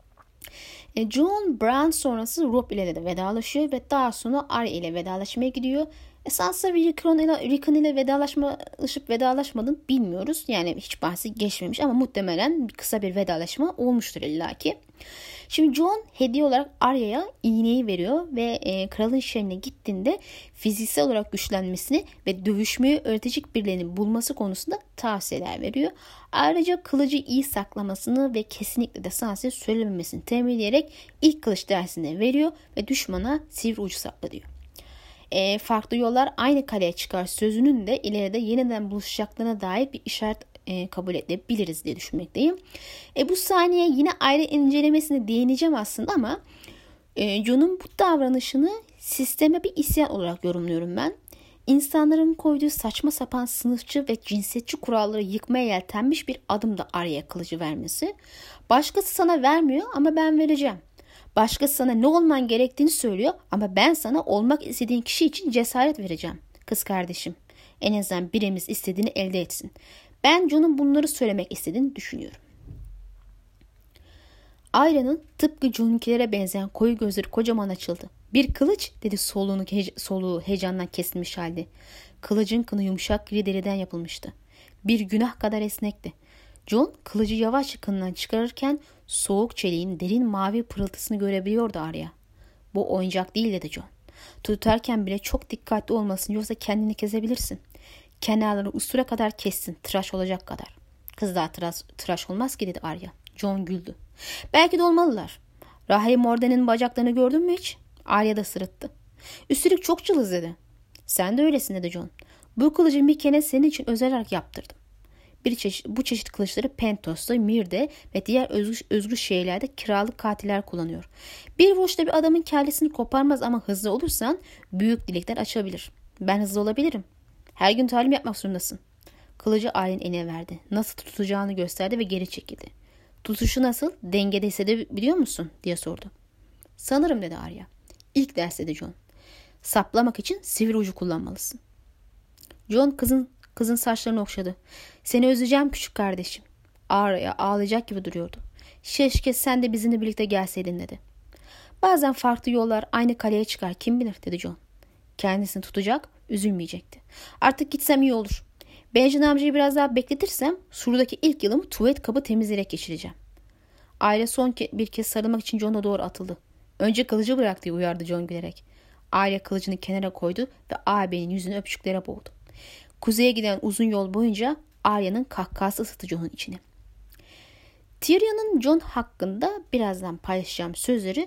Jon Bran sonrası Robb ile de vedalaşıyor ve daha sonra Arya ile vedalaşmaya gidiyor. Sansa ve Rickon ile vedalaşmadığını bilmiyoruz. Yani hiç bahsi geçmemiş ama muhtemelen kısa bir vedalaşma olmuştur illaki. Şimdi Jon hediye olarak Arya'ya iğneyi veriyor ve kralın şehrine gittiğinde fiziksel olarak güçlenmesini ve dövüşmeyi öğretecek birilerini bulması konusunda tavsiyeler veriyor. Ayrıca kılıcı iyi saklamasını ve kesinlikle de Sansa'ya söylememesini tembihlerek ilk kılıç dersini veriyor ve düşmana sivri ucu sapla diyor. Farklı yollar aynı kaleye çıkar sözünün de ileride yeniden buluşacaklarına dair bir işaret kabul edebiliriz diye düşünmekteyim. Bu saniye yine ayrı incelemesine değineceğim aslında ama Jon'un bu davranışını sisteme bir isyan olarak yorumluyorum ben. İnsanların koyduğu saçma sapan sınıfçı ve cinsiyetçi kuralları yıkmaya yeltenmiş bir adımda Arya'ya kılıcı vermesi. Başkası sana vermiyor ama ben vereceğim. Başkası sana ne olman gerektiğini söylüyor ama ben sana olmak istediğin kişi için cesaret vereceğim. Kız kardeşim, en azından birimiz istediğini elde etsin. Ben Jon'un bunları söylemek istediğini düşünüyorum. Arya'nın tıpkı Jon'unkilere benzeyen koyu gözleri kocaman açıldı. Bir kılıç dedi soluğu heyecandan kesilmiş halde. Kılıcın kını yumuşak gri deriden yapılmıştı. Bir günah kadar esnekti. Jon kılıcı yavaşça kınından çıkarırken soğuk çeliğin derin mavi pırıltısını görebiliyordu Arya. Bu oyuncak değil dedi Jon. Tutarken bile çok dikkatli olmalısın yoksa kendini kesebilirsin. Kenarları ustura kadar kessin, tıraş olacak kadar. Kız daha tıraş olmaz ki dedi Arya. Jon güldü. Belki de olmalılar. Rahim Morden'in bacaklarını gördün mü hiç? Arya da sırıttı. Üstelik çok cılız dedi. Sen de öylesin dedi Jon. Bu kılıcı bir kere senin için özel olarak yaptırdım. Bu çeşit kılıçları Pentos'ta, Myr'de ve diğer özgür şehirlerde kiralık katiller kullanıyor. Bir vuruşta bir adamın kellesini koparmaz ama hızlı olursan büyük delikler açabilir. Ben hızlı olabilirim. Her gün talim yapmak zorundasın. Kılıcı Arya'nın eline verdi. Nasıl tutacağını gösterdi ve geri çekildi. Tutuşu nasıl? Dengede hissedebiliyor musun? diye sordu. Sanırım dedi Arya. İlk ders dedi Jon. Saplamak için sivri ucu kullanmalısın. Jon kızın saçlarını okşadı. Seni özleyeceğim küçük kardeşim. Arya ağlayacak gibi duruyordu. Keşke sen de bizimle birlikte gelseydin dedi. Bazen farklı yollar aynı kaleye çıkar kim bilir dedi Jon. Kendisini tutacak, üzülmeyecekti. Artık gitsem iyi olur. Benjamin amcayı biraz daha bekletirsem surdaki ilk yılımı tuvalet kabı temizleyerek geçireceğim. Aile bir kez sarılmak için Jon'a doğru atıldı. Önce kılıcı bırak diye uyardı Jon gülerek. Aile kılıcını kenara koydu ve ağabeyinin yüzünü öpücüklere boğdu. Kuzeye giden uzun yol boyunca Arya'nın kahkahası ısıttı Jon'un içini. Tyrion'un Jon hakkında birazdan paylaşacağım sözleri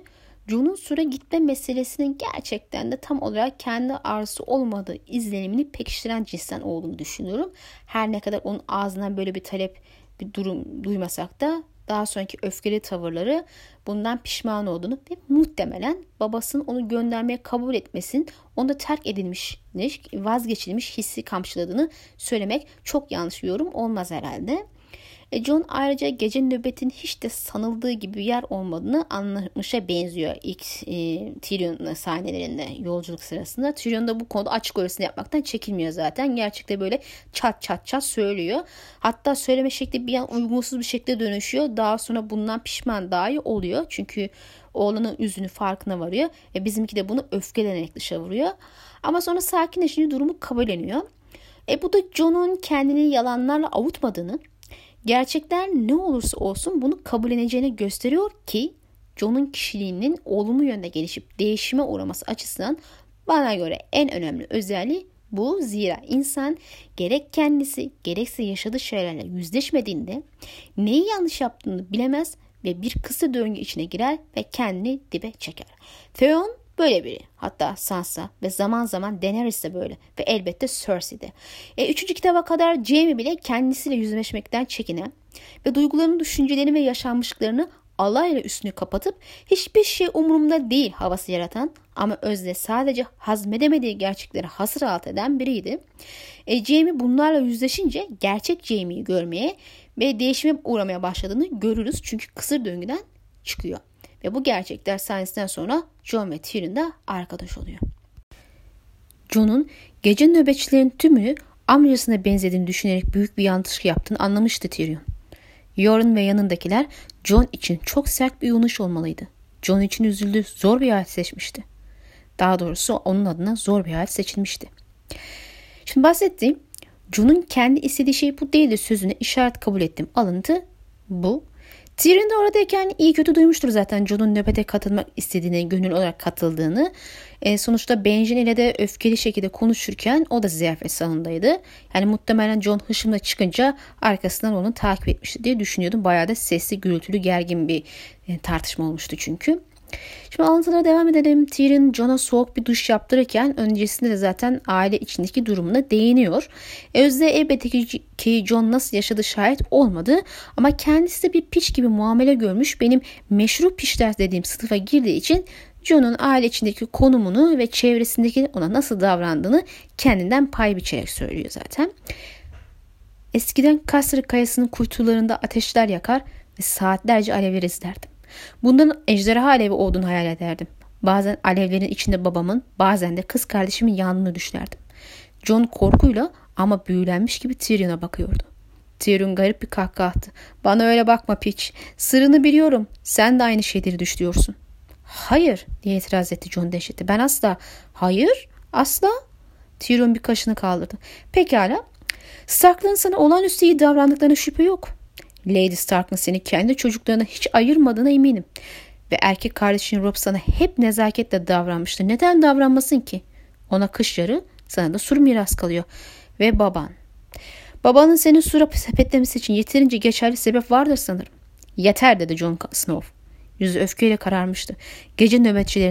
Jon'un süre gitme meselesinin gerçekten de tam olarak kendi arzusu olmadığı izlenimini pekiştiren cinsten olduğunu düşünüyorum. Her ne kadar onun ağzından böyle bir talep, bir durum duymasak da daha sonraki öfkeli tavırları bundan pişman olduğunu ve muhtemelen babasının onu göndermeye kabul etmesinin onda terk edilmiş, vazgeçilmiş hissi kamçıladığını söylemek çok yanlış bir yorum olmaz herhalde. Jon ayrıca gece nöbetin hiç de sanıldığı gibi bir yer olmadığını anlamışa benziyor ilk Tyrion sahnelerinde, yolculuk sırasında. Tyrion da bu konuda açık öğretisini yapmaktan çekinmiyor zaten. Gerçekte böyle çat söylüyor. Hatta söyleme şekli bir an uygunsuz bir şekilde dönüşüyor. Daha sonra bundan pişman dahi oluyor. Çünkü oğlanın yüzünü farkına varıyor. Bizimki de bunu öfkelenerek dışa vuruyor. Ama sonra sakinleşince durumu kabulleniyor. Bu da Jon'un kendini yalanlarla avutmadığını, gerçekler ne olursa olsun bunu kabulleneceğini gösteriyor ki Jon'un kişiliğinin olumlu yönde gelişip değişime uğraması açısından bana göre en önemli özelliği bu. Zira insan gerek kendisi gerekse yaşadığı şeylerle yüzleşmediğinde neyi yanlış yaptığını bilemez ve bir kısır döngü içine girer ve kendini dibe çeker. Theon böyle biri. Hatta Sansa ve zaman zaman Daenerys de böyle ve elbette Cersei de. 3. kitaba kadar Jaime bile kendisiyle yüzleşmekten çekinen ve duygularını, düşüncelerini ve yaşanmışlıklarını alayla üstünü kapatıp hiçbir şey umurumda değil havası yaratan ama özde sadece hazmedemediği gerçekleri hasır alt eden biriydi. Jaime bunlarla yüzleşince gerçek Jaime'yi görmeye ve değişime uğramaya başladığını görürüz. Çünkü kısır döngüden çıkıyor. Ve bu gerçekler sayesinden sonra Jon ve Tyrion da arkadaş oluyor. Jon'un gece nöbetçilerin tümünü amcasına benzediğini düşünerek büyük bir yanlış yaptığını anlamıştı Tyrion. Yoren ve yanındakiler Jon için çok sert bir uyanış olmalıydı. Jon için üzüldü, zor bir hayat seçmişti. Daha doğrusu onun adına zor bir hayat seçilmişti. Şimdi bahsettiğim Jon'un kendi istediği şey bu değildi sözüne işaret kabul ettim. Alıntı bu. Tyrion de oradayken iyi kötü duymuştur zaten Jon'un nöbete katılmak istediğini, gönül olarak katıldığını. Sonuçta Benjen ile de öfkeli şekilde konuşurken o da ziyafet salonundaydı. Yani muhtemelen Jon hışımla çıkınca arkasından onu takip etmişti diye düşünüyordum. Bayağı da sesli, gürültülü, gergin bir tartışma olmuştu çünkü. Şimdi alıntılara devam edelim. Tyrion Jon'a soğuk bir duş yaptırırken öncesinde de zaten aile içindeki durumuna değiniyor. Özde elbette ki Jon nasıl yaşadığı şahit olmadı ama kendisi de bir piç gibi muamele görmüş. Benim meşru piçler dediğim sınıfa girdiği için Jon'un aile içindeki konumunu ve çevresindeki ona nasıl davrandığını kendinden pay biçerek söylüyor zaten. Eskiden Kasr Kayası'nın kuytularında ateşler yakar ve saatlerce alevler izlerdim. Bundan ejderha alevi olduğunu hayal ederdim. Bazen alevlerin içinde babamın, bazen de kız kardeşimin yandığını düşünerdim. Jon korkuyla ama büyülenmiş gibi Tyrion'a bakıyordu. Tyrion garip bir kahkaha attı. Bana öyle bakma piç. Sırrını biliyorum. Sen de aynı şeyleri düşünüyorsun. Hayır diye itiraz etti Jon dehşetle. Ben asla. Hayır asla. Tyrion bir kaşını kaldırdı. Pekala. Stark'ların sana olağanüstü iyi davrandıklarına şüphe yok. Lady Stark'ın seni kendi çocuklarına hiç ayırmadığına eminim. Ve erkek kardeşin Robb sana hep nezaketle davranmıştır. Neden davranmasın ki? Ona kış yarı, sana da sur miras kalıyor. Ve baban. Babanın seni sura sepetlemesi için yeterince geçerli sebep vardır sanırım. Yeter dedi Jon Snow. Yüzü öfkeyle kararmıştı. Gece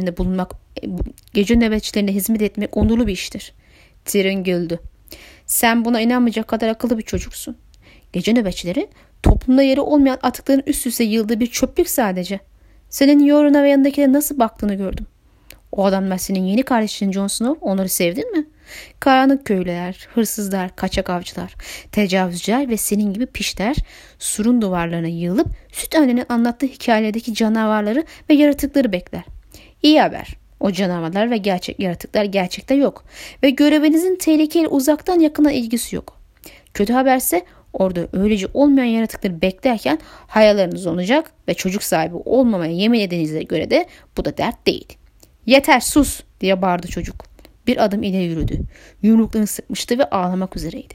nöbetçilerine hizmet etmek onurlu bir iştir. Tyrion güldü. Sen buna inanmayacak kadar akıllı bir çocuksun. Gece nöbetçileri toplumda yeri olmayan atıkların üst üste yığıldığı bir çöplük sadece. Senin Yoren'a ve yanındakilere nasıl baktığını gördüm. O adamlar senin yeni kardeşin Jon Snow. Onları sevdin mi? Karanlık köylüler, hırsızlar, kaçak avcılar, tecavüzcüler ve senin gibi pişler surun duvarlarına yığılıp süt annenin anlattığı hikayelerdeki canavarları ve yaratıkları bekler. İyi haber. O canavarlar ve gerçek yaratıklar gerçekte yok. Ve görevinizin tehlikeyle uzaktan yakına ilgisi yok. Kötü haberse orada öylece olmayan yaratıkları beklerken hayalleriniz olacak ve çocuk sahibi olmamaya yemin edenize göre de bu da dert değil. Yeter sus diye bağırdı çocuk. Bir adım ileri yürüdü. Yumruklarını sıkmıştı ve ağlamak üzereydi.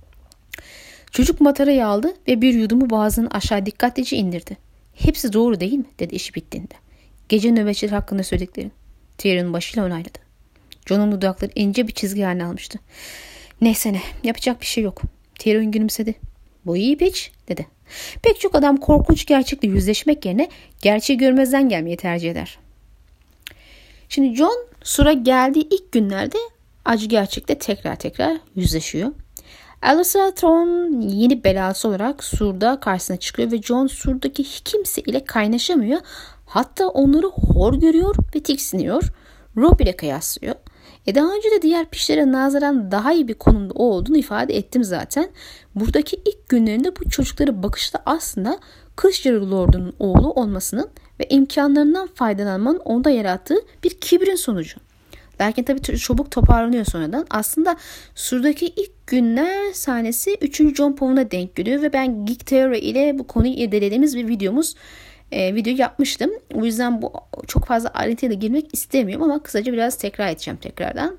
Çocuk matarayı aldı ve bir yudumu boğazını aşağı dikkatlice indirdi. Hepsi doğru değil mi? Dedi işi bittiğinde. Gece nöbetçiler hakkında söylediklerin. Tyrion başıyla onayladı. Jon'un dudakları ince bir çizgi haline almıştı. Neyse ne, yapacak bir şey yok. Tyrion gülümsedi. Bu iyi piç dedi. Pek çok adam korkunç gerçekle yüzleşmek yerine gerçeği görmezden gelmeyi tercih eder. Şimdi Jon Sur'a geldiği ilk günlerde acı gerçekle tekrar yüzleşiyor. Alliser Thorne yeni belası olarak Sur'da karşısına çıkıyor ve Jon Sur'daki kimse ile kaynaşamıyor. Hatta onları hor görüyor ve tiksiniyor. Robb ile kıyaslıyor. Daha önce de diğer pişlere nazaran daha iyi bir konumda olduğunu ifade ettim zaten. Buradaki ilk günlerinde bu çocuklara bakışta aslında Kılıçdaroğlu Lord'un oğlu olmasının ve imkanlarından faydalanmanın onda yarattığı bir kibrin sonucu. Lakin tabii çabuk toparlanıyor sonradan. Aslında Sur'daki ilk günler sahnesi 3. Jon Pov'una denk geliyor ve ben Geek Theory ile bu konuyu irdelediğimiz bir video yapmıştım. O yüzden bu çok fazla ayrıntıya da girmek istemiyorum ama kısaca biraz tekrar edeceğim tekrardan.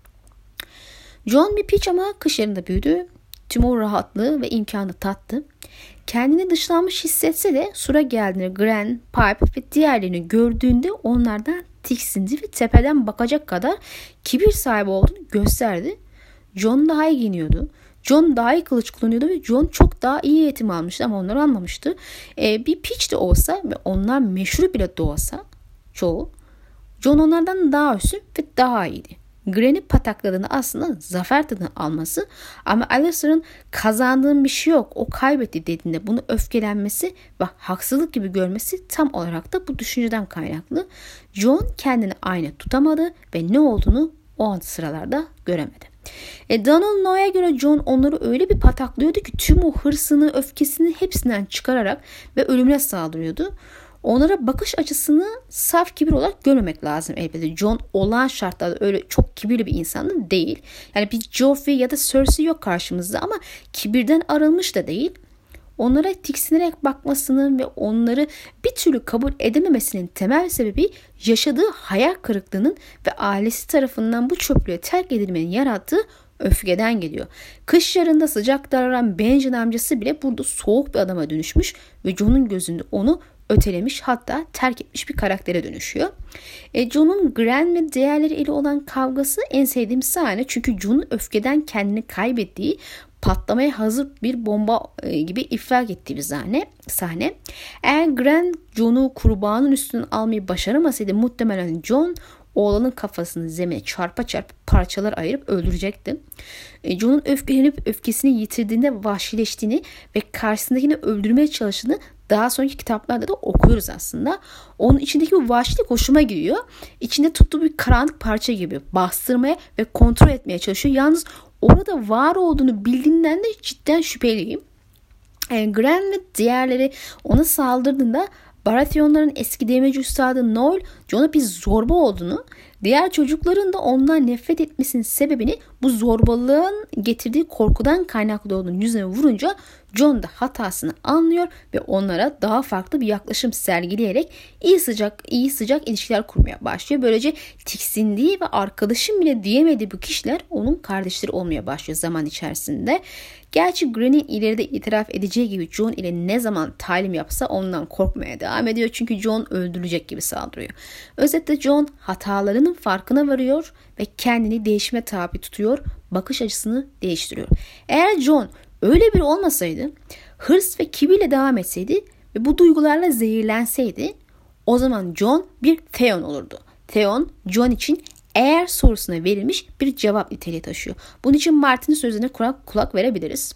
Jon bir piç ama kış yarında büyüdü. Tüm o rahatlığı ve imkanı tattı. Kendini dışlanmış hissetse de Sur'a geldiğinde Gren, Pipe ve diğerlerini gördüğünde onlardan tiksindi ve tepeden bakacak kadar kibir sahibi olduğunu gösterdi. Jon daha iyi giyiniyordu. Jon daha iyi kılıç kullanıyordu ve Jon çok daha iyi eğitim almıştı ama onları anlamıştı. Bir piç de olsa ve onlar meşhur bile de olsa çoğu, Jon onlardan daha üstün ve daha iyiydi. Gren'i patakladığını aslında zafer tadını alması ama Alliser'ın kazandığım bir şey yok, o kaybetti dediğinde bunu öfkelenmesi ve haksızlık gibi görmesi tam olarak da bu düşünceden kaynaklı. Jon kendini aynı tutamadı ve ne olduğunu o an sıralarda göremedi. Donald Noah'ya göre Jon onları öyle bir pataklıyordu ki tüm o hırsını, öfkesini hepsinden çıkararak ve ölümüne saldırıyordu. Onlara bakış açısını saf kibir olarak görmemek lazım elbette. Jon olağan şartlarda öyle çok kibirli bir insan değil. Yani bir Joffrey ya da Cersei yok karşımızda ama kibirden arınmış da değil. Onlara tiksinerek bakmasının ve onları bir türlü kabul edememesinin temel sebebi yaşadığı hayal kırıklığının ve ailesi tarafından bu çöplüğe terk edilmenin yarattığı öfkeden geliyor. Kış yarında sıcak davranan Benjen amcası bile burada soğuk bir adama dönüşmüş ve Jon'un gözünde onu ötelemiş, hatta terk etmiş bir karaktere dönüşüyor. Jon'un Gren ve diğerleri ile olan kavgası en sevdiğim sahne, çünkü Jon'un öfkeden kendini kaybettiği, patlamaya hazır bir bomba gibi iflas ettiği bir sahne. Eğer Gren Jon'u kurbağanın üstünden almayı başaramasaydı muhtemelen Jon oğlanın kafasını zemine çarpa parçalar ayırıp öldürecekti. Jon'un öfkelenip öfkesini yitirdiğinde vahşileştiğini ve karşısındakini öldürmeye çalıştığını daha sonraki kitaplarda da okuyoruz aslında. Onun içindeki bu vahşilik hoşuma gidiyor. İçinde tuttuğu bir karanlık parça gibi bastırmaya ve kontrol etmeye çalışıyor. Yalnız orada var olduğunu bildiğinden de cidden şüpheliyim. Gren ve diğerleri ona saldırdığında Baratheonların eski demirci üstadı Noel, Jon'a bir zorba olduğunu, diğer çocukların da ondan nefret etmesinin sebebini bu zorbalığın getirdiği korkudan kaynaklı olduğunu yüzüne vurunca Jon da hatasını anlıyor ve onlara daha farklı bir yaklaşım sergileyerek iyi sıcak ilişkiler kurmaya başlıyor. Böylece tiksindiği ve arkadaşım bile diyemediği bu kişiler onun kardeşleri olmaya başlıyor zaman içerisinde. Gerçi Gren'in ileride itiraf edeceği gibi Jon ile ne zaman talim yapsa ondan korkmaya devam ediyor. Çünkü Jon öldürecek gibi saldırıyor. Özetle Jon hatalarının farkına varıyor ve kendini değişime tabi tutuyor. Bakış açısını değiştiriyor. Eğer Jon öyle biri olmasaydı, hırs ve kibirle devam etseydi ve bu duygularla zehirlenseydi, o zaman Jon bir Theon olurdu. Theon, Jon için eğer sorusuna verilmiş bir cevap niteliği taşıyor. Bunun için Martin'in sözüne kulak verebiliriz.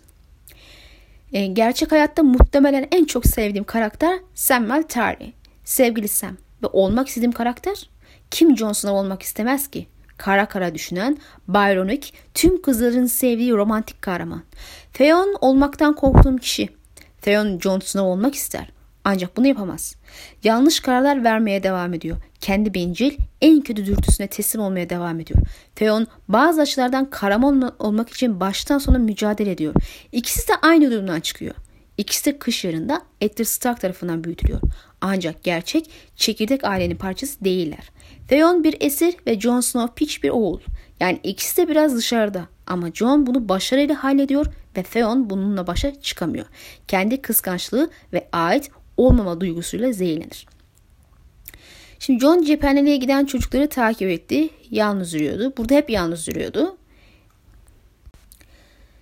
Gerçek hayatta muhtemelen en çok sevdiğim karakter Samwell Tarly. Sevgili Sam. Ve olmak istediğim karakter? Kim Jon Snow olmak istemez ki? Kara düşünen, Byronik, tüm kızların sevdiği romantik kahraman. Theon olmaktan korktuğum kişi. Theon Jon Snow olmak ister. Ancak bunu yapamaz. Yanlış kararlar vermeye devam ediyor. Kendi bencil, en kötü dürtüsüne teslim olmaya devam ediyor. Theon bazı açılardan kahraman olmak için baştan sona mücadele ediyor. İkisi de aynı durumdan çıkıyor. İkisi de kış yarında Eddard Stark tarafından büyütülüyor. Ancak gerçek çekirdek ailenin parçası değiller. Theon bir esir ve Jon Snow piç bir oğul. Yani ikisi de biraz dışarıda. Ama Jon bunu başarıyla hallediyor ve Theon bununla başa çıkamıyor. Kendi kıskançlığı ve ait olmama duygusuyla zehirlenir. Şimdi Jon cephaneliğe giden çocukları takip etti. Yalnız yürüyordu. Burada hep yalnız yürüyordu.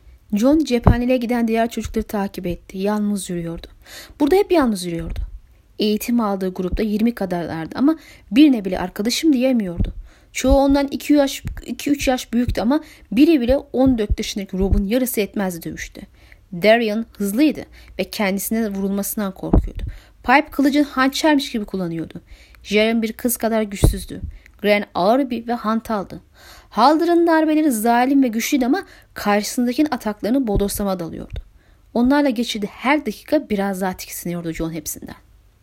Jon cephaneliğe giden diğer çocukları takip etti. Yalnız yürüyordu. Burada hep yalnız yürüyordu. Eğitim aldığı grupta 20 kadarlardı ama birine bile arkadaşım diyemiyordu. Çoğu ondan 2-3 yaş büyüktü ama biri bile 14 yaşındaki Rob'un yarısı etmezdi dövüşte. Darian hızlıydı ve kendisine vurulmasından korkuyordu. Pipe kılıcını hançermiş gibi kullanıyordu. Jaren bir kız kadar güçsüzdü. Gren ağır ve hantaldı. Halder'ın darbeleri zalim ve güçlüydü ama karşısındakinin ataklarını bodoslama dalıyordu. Onlarla geçirdiği her dakika biraz daha tiksiniyordu Jon hepsinden.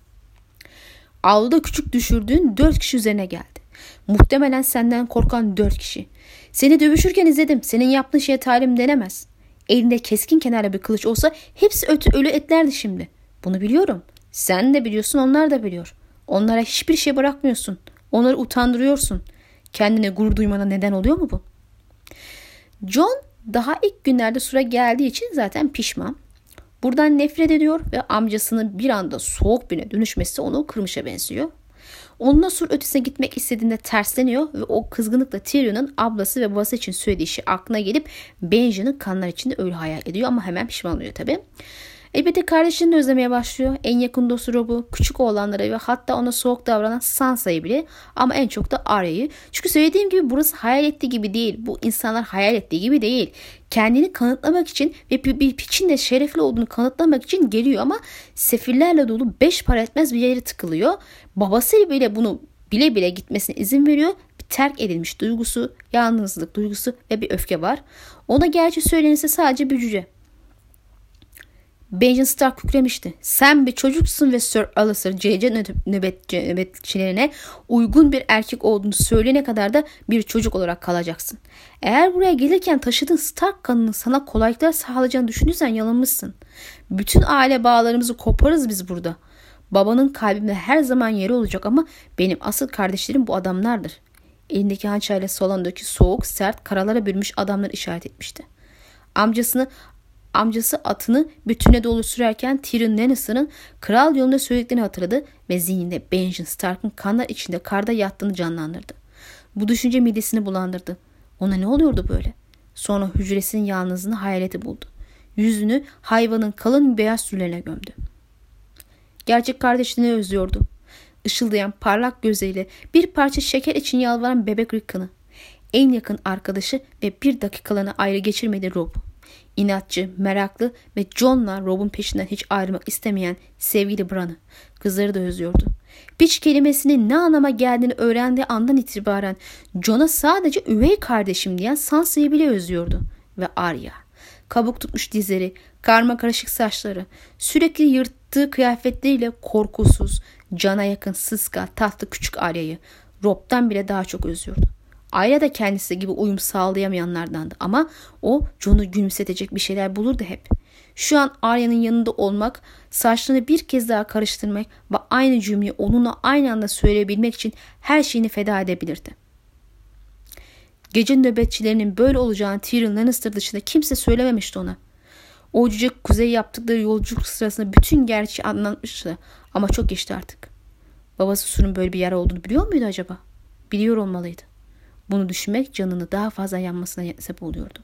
Avluda küçük düşürdüğün 4 kişi üzerine geldi. Muhtemelen senden korkan 4 kişi. Seni dövüşürken izledim. Senin yaptığın şeye talim denemez. Elinde keskin kenarlı bir kılıç olsa hepsi ölü etlerdi şimdi. Bunu biliyorum. Sen de biliyorsun, onlar da biliyor. Onlara hiçbir şey bırakmıyorsun. Onları utandırıyorsun. Kendine gurur duymana neden oluyor mu bu? Jon daha ilk günlerde Sur'a geldiği için zaten pişman. Buradan nefret ediyor ve amcasının bir anda soğuk birine dönüşmesi onu kırmışa benziyor. Onunla Sur ötesine gitmek istediğinde tersleniyor ve o kızgınlıkla Tyrion'un ablası ve babası için söylediği şey aklına gelip Benjen'in kanlar içinde öyle hayal ediyor ama hemen pişman oluyor tabii. Elbette kardeşini de özlemeye başlıyor. En yakın dostu Robb'u, küçük oğlanları ve hatta ona soğuk davranan Sansa'yı bile ama en çok da Arya'yı. Çünkü söylediğim gibi burası hayal ettiği gibi değil. Bu insanlar hayal ettiği gibi değil. Kendini kanıtlamak için ve bir piçin de şerefli olduğunu kanıtlamak için geliyor ama sefillerle dolu 5 para etmez bir yere tıkılıyor. Babası bile bunu bile bile gitmesine izin veriyor. Bir terk edilmiş duygusu, yalnızlık duygusu ve bir öfke var. Ona gerçi söylenirse sadece bir cüce. Benjen Stark kükremişti. Sen bir çocuksun ve Sir Alliser C.C. nöbetçilerine uygun bir erkek olduğunu söyleyene kadar da bir çocuk olarak kalacaksın. Eğer buraya gelirken taşıdığın Stark kanının sana kolaylıklar sağlayacağını düşünürsen yanılmışsın. Bütün aile bağlarımızı koparız biz burada. Babanın kalbimde her zaman yeri olacak ama benim asıl kardeşlerim bu adamlardır. Elindeki hançerle salondaki soğuk, sert, karalara bürünmüş adamları işaret etmişti. Amcası atını bütüne dolu sürerken Tyrion Lannister'ın kral yolunda söylediklerini hatırladı ve zihninde Benjen Stark'ın kanlar içinde karda yattığını canlandırdı. Bu düşünce midesini bulandırdı. Ona ne oluyordu böyle? Sonra hücresinin yalnızlığını hayaleti buldu. Yüzünü hayvanın kalın beyaz tüylerine gömdü. Gerçek kardeşini özlüyordu. Işıldayan parlak gözleriyle bir parça şeker için yalvaran bebek Rickon'ı. En yakın arkadaşı ve bir dakikalığına ayrı geçirmedi Robb. İnatçı, meraklı ve Jon'la Robb'un peşinden hiç ayrılmak istemeyen sevgili Bran'ı. Kızları da özlüyordu. Piç kelimesinin ne anlama geldiğini öğrendiği andan itibaren Jon'a sadece üvey kardeşim diyen Sansa'yı bile özlüyordu. Ve Arya. Kabuk tutmuş dizleri, karmakarışık saçları, sürekli yırttığı kıyafetleriyle korkusuz, cana yakın sıska, tatlı küçük Arya'yı Robb'dan bile daha çok özlüyordu. Arya da kendisi gibi uyum sağlayamayanlardandı ama o Jon'u gülümsetecek bir şeyler bulurdu hep. Şu an Arya'nın yanında olmak, saçlarını bir kez daha karıştırmak ve aynı cümleyi onunla aynı anda söyleyebilmek için her şeyini feda edebilirdi. Gece nöbetçilerinin böyle olacağını Tyrion Lannister dışında kimse söylememişti ona. O cüce kuzey yaptıkları yolculuk sırasında bütün gerçeği anlatmıştı ama çok geçti artık. Babası Sur'un böyle bir yer olduğunu biliyor muydu acaba? Biliyor olmalıydı. Bunu düşünmek canını daha fazla yanmasına sebep oluyordu.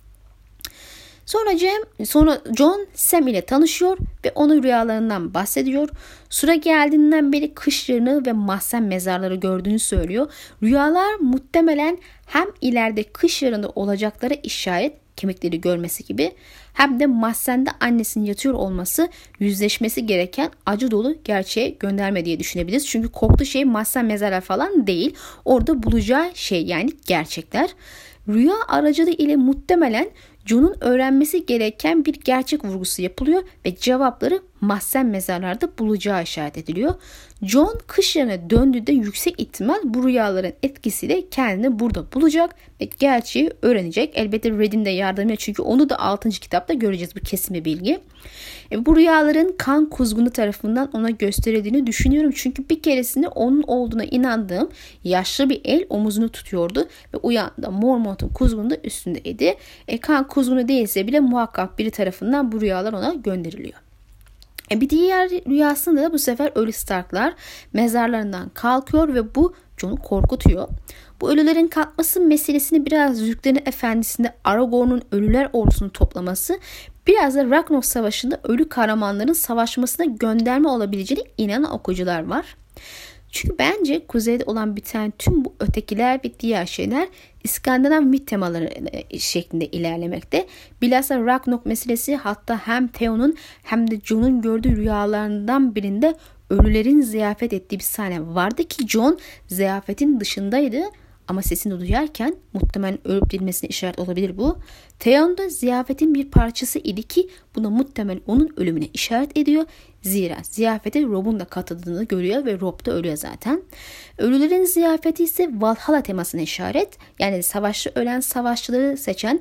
Sonra Jon Sam ile tanışıyor ve onun rüyalarından bahsediyor. Sur'a geldiğinden beri kış yarını ve mahzen mezarları gördüğünü söylüyor. Rüyalar muhtemelen hem ileride kış yarında olacaklara işaret, kemikleri görmesi gibi, hem de mahzende annesinin yatıyor olması yüzleşmesi gereken acı dolu gerçeğe gönderme diye düşünebiliriz. Çünkü korktuğu şey mahzen mezarlar falan değil. Orada bulacağı şey yani gerçekler. Rüya aracılığı ile muhtemelen Jon'un öğrenmesi gereken bir gerçek vurgusu yapılıyor ve cevapları mahzen mezarlarda bulacağı işaret ediliyor. Jon kış yerine döndüğünde yüksek ihtimal bu rüyaların etkisiyle kendini burada bulacak ve gerçeği öğrenecek. Elbette Red'in de yardımıyla, çünkü onu da 6. kitapta göreceğiz, bu kesin bir bilgi. Bu rüyaların kan kuzgunu tarafından ona gösterildiğini düşünüyorum. Çünkü bir keresinde onun olduğuna inandığım yaşlı bir el omuzunu tutuyordu ve uyandığında Mormont'un kuzgunu da üstündeydi. Kan kuzgunu değilse bile muhakkak biri tarafından bu rüyalar ona gönderiliyor. Bir diğer rüyasında da bu sefer ölü Starklar mezarlarından kalkıyor ve bu Jon'u korkutuyor. Bu ölülerin kalkması meselesini biraz Yüzüklerin Efendisi'nde Aragorn'un ölüler ordusunu toplaması, biraz da Ragnarok Savaşı'nda ölü kahramanların savaşmasına gönderme olabileceğine inanan okuyucular var. Çünkü bence kuzeyde olan biten tüm bu ötekiler ve diğer şeyler İskandinav mit temaları şeklinde ilerlemekte. Bilhassa Ragnarok meselesi, hatta hem Theon'un hem de Jon'un gördüğü rüyalarından birinde ölülerin ziyafet ettiği bir sahne vardı ki Jon ziyafetin dışındaydı ama sesini duyarken muhtemelen ölüp dirilmesine işaret olabilir bu. Theon da ziyafetin bir parçası idi ki buna muhtemelen onun ölümüne işaret ediyor. Zira ziyafete Rob'un da katıldığını görüyor ve Rob da ölüyor zaten. Ölülerin ziyafeti ise Valhalla temasına işaret. Yani savaşta ölen savaşçıları seçen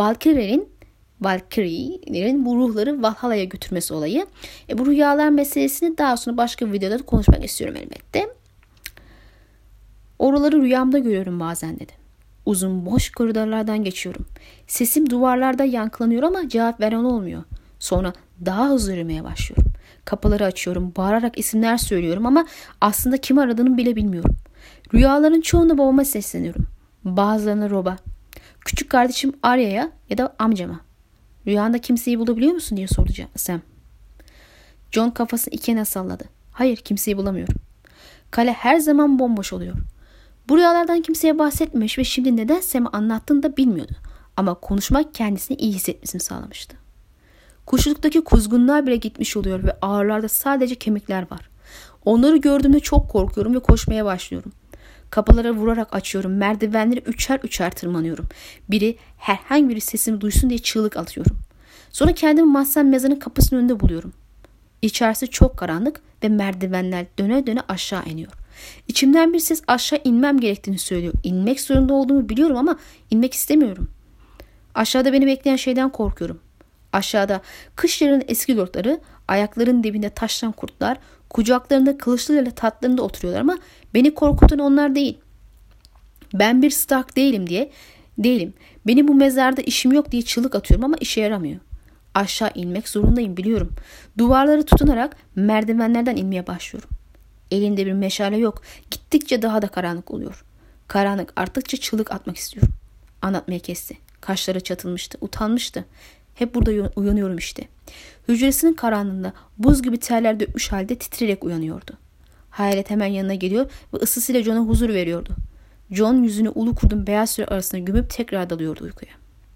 Valkyrielerin bu ruhları Valhalla'ya götürmesi olayı. Bu rüyalar meselesini daha sonra başka videoda da konuşmak istiyorum elbette. Oraları rüyamda görüyorum bazen dedi. Uzun boş koridorlardan geçiyorum. Sesim duvarlarda yankılanıyor ama cevap veren olmuyor. Sonra daha hızlı yürümeye başlıyorum. Kapıları açıyorum, bağırarak isimler söylüyorum ama aslında kim aradığını bile bilmiyorum. Rüyaların çoğunda babama sesleniyorum. Bazılarına Rob'a, küçük kardeşim Arya'ya ya da amcama. Rüyanda kimseyi bulabiliyor musun diye sordu Sam. Jon kafasını iki yana salladı. Hayır, kimseyi bulamıyorum. Kale her zaman bomboş oluyor. Bu rüyalardan kimseye bahsetmemiş ve şimdi neden Sam'e anlattığını da bilmiyordu. Ama konuşmak kendisini iyi hissetmesini sağlamıştı. Kuşluktaki kuzgunlar bile gitmiş oluyor ve ağırlarda sadece kemikler var. Onları gördüğümde çok korkuyorum ve koşmaya başlıyorum. Kapılara vurarak açıyorum. Merdivenleri üçer üçer tırmanıyorum. Herhangi biri sesimi duysun diye çığlık atıyorum. Sonra kendimi mahzen mezarın kapısının önünde buluyorum. İçerisi çok karanlık ve merdivenler döne döne aşağı iniyor. İçimden bir ses aşağı inmem gerektiğini söylüyor. İnmek zorunda olduğumu biliyorum ama inmek istemiyorum. Aşağıda beni bekleyen şeyden korkuyorum. Aşağıda kış yarının eski lordları, ayaklarının dibinde taşlan kurtlar, kucaklarında kılıçlarıyla tatlarında oturuyorlar ama beni korkutan onlar değil. Ben bir Stark değilim. Benim bu mezarda işim yok diye çığlık atıyorum ama işe yaramıyor. Aşağı inmek zorundayım biliyorum. Duvarları tutunarak merdivenlerden inmeye başlıyorum. Elimde bir meşale yok. Gittikçe daha da karanlık oluyor. Karanlık arttıkça çığlık atmak istiyorum. Anlatmaya kesti. Kaşları çatılmıştı. Utanmıştı. Hep burada uyanıyorum işte. Hücresinin karanlığında buz gibi terler dökmüş halde titreyerek uyanıyordu. Hayalet hemen yanına geliyor ve ısısıyla Jon'a huzur veriyordu. Jon yüzünü ulu kurdun beyaz süre arasına gömüp tekrar dalıyordu uykuya.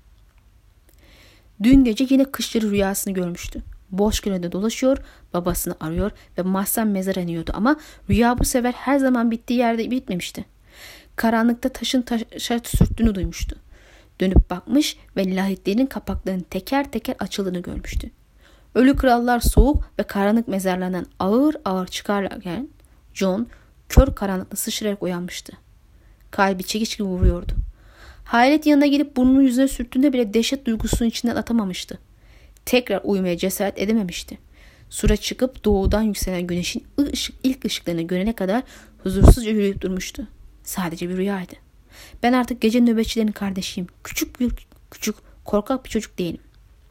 Dün gece yine kışları rüyasını görmüştü. Boş gölede dolaşıyor, babasını arıyor ve mahzen mezara iniyordu ama rüya bu sefer her zaman bittiği yerde bitmemişti. Karanlıkta taşın taşa sürttüğünü duymuştu. Dönüp bakmış ve lahitlerin kapaklarının teker teker açıldığını görmüştü. Ölü krallar soğuk ve karanlık mezarlarından ağır ağır çıkarlarken Jon kör karanlıkta sıçrayarak uyanmıştı. Kalbi çekiç gibi vuruyordu. Hayalet yanına gelip burnunu yüzüne sürttüğünde bile dehşet duygusunun içinden atamamıştı. Tekrar uyumaya cesaret edememişti. Sura çıkıp doğudan yükselen güneşin ilk ışıklarını görene kadar huzursuzca yürüyüp durmuştu. Sadece bir rüyaydı. Ben artık gece nöbetçilerin kardeşiyim. Küçük korkak bir çocuk değilim.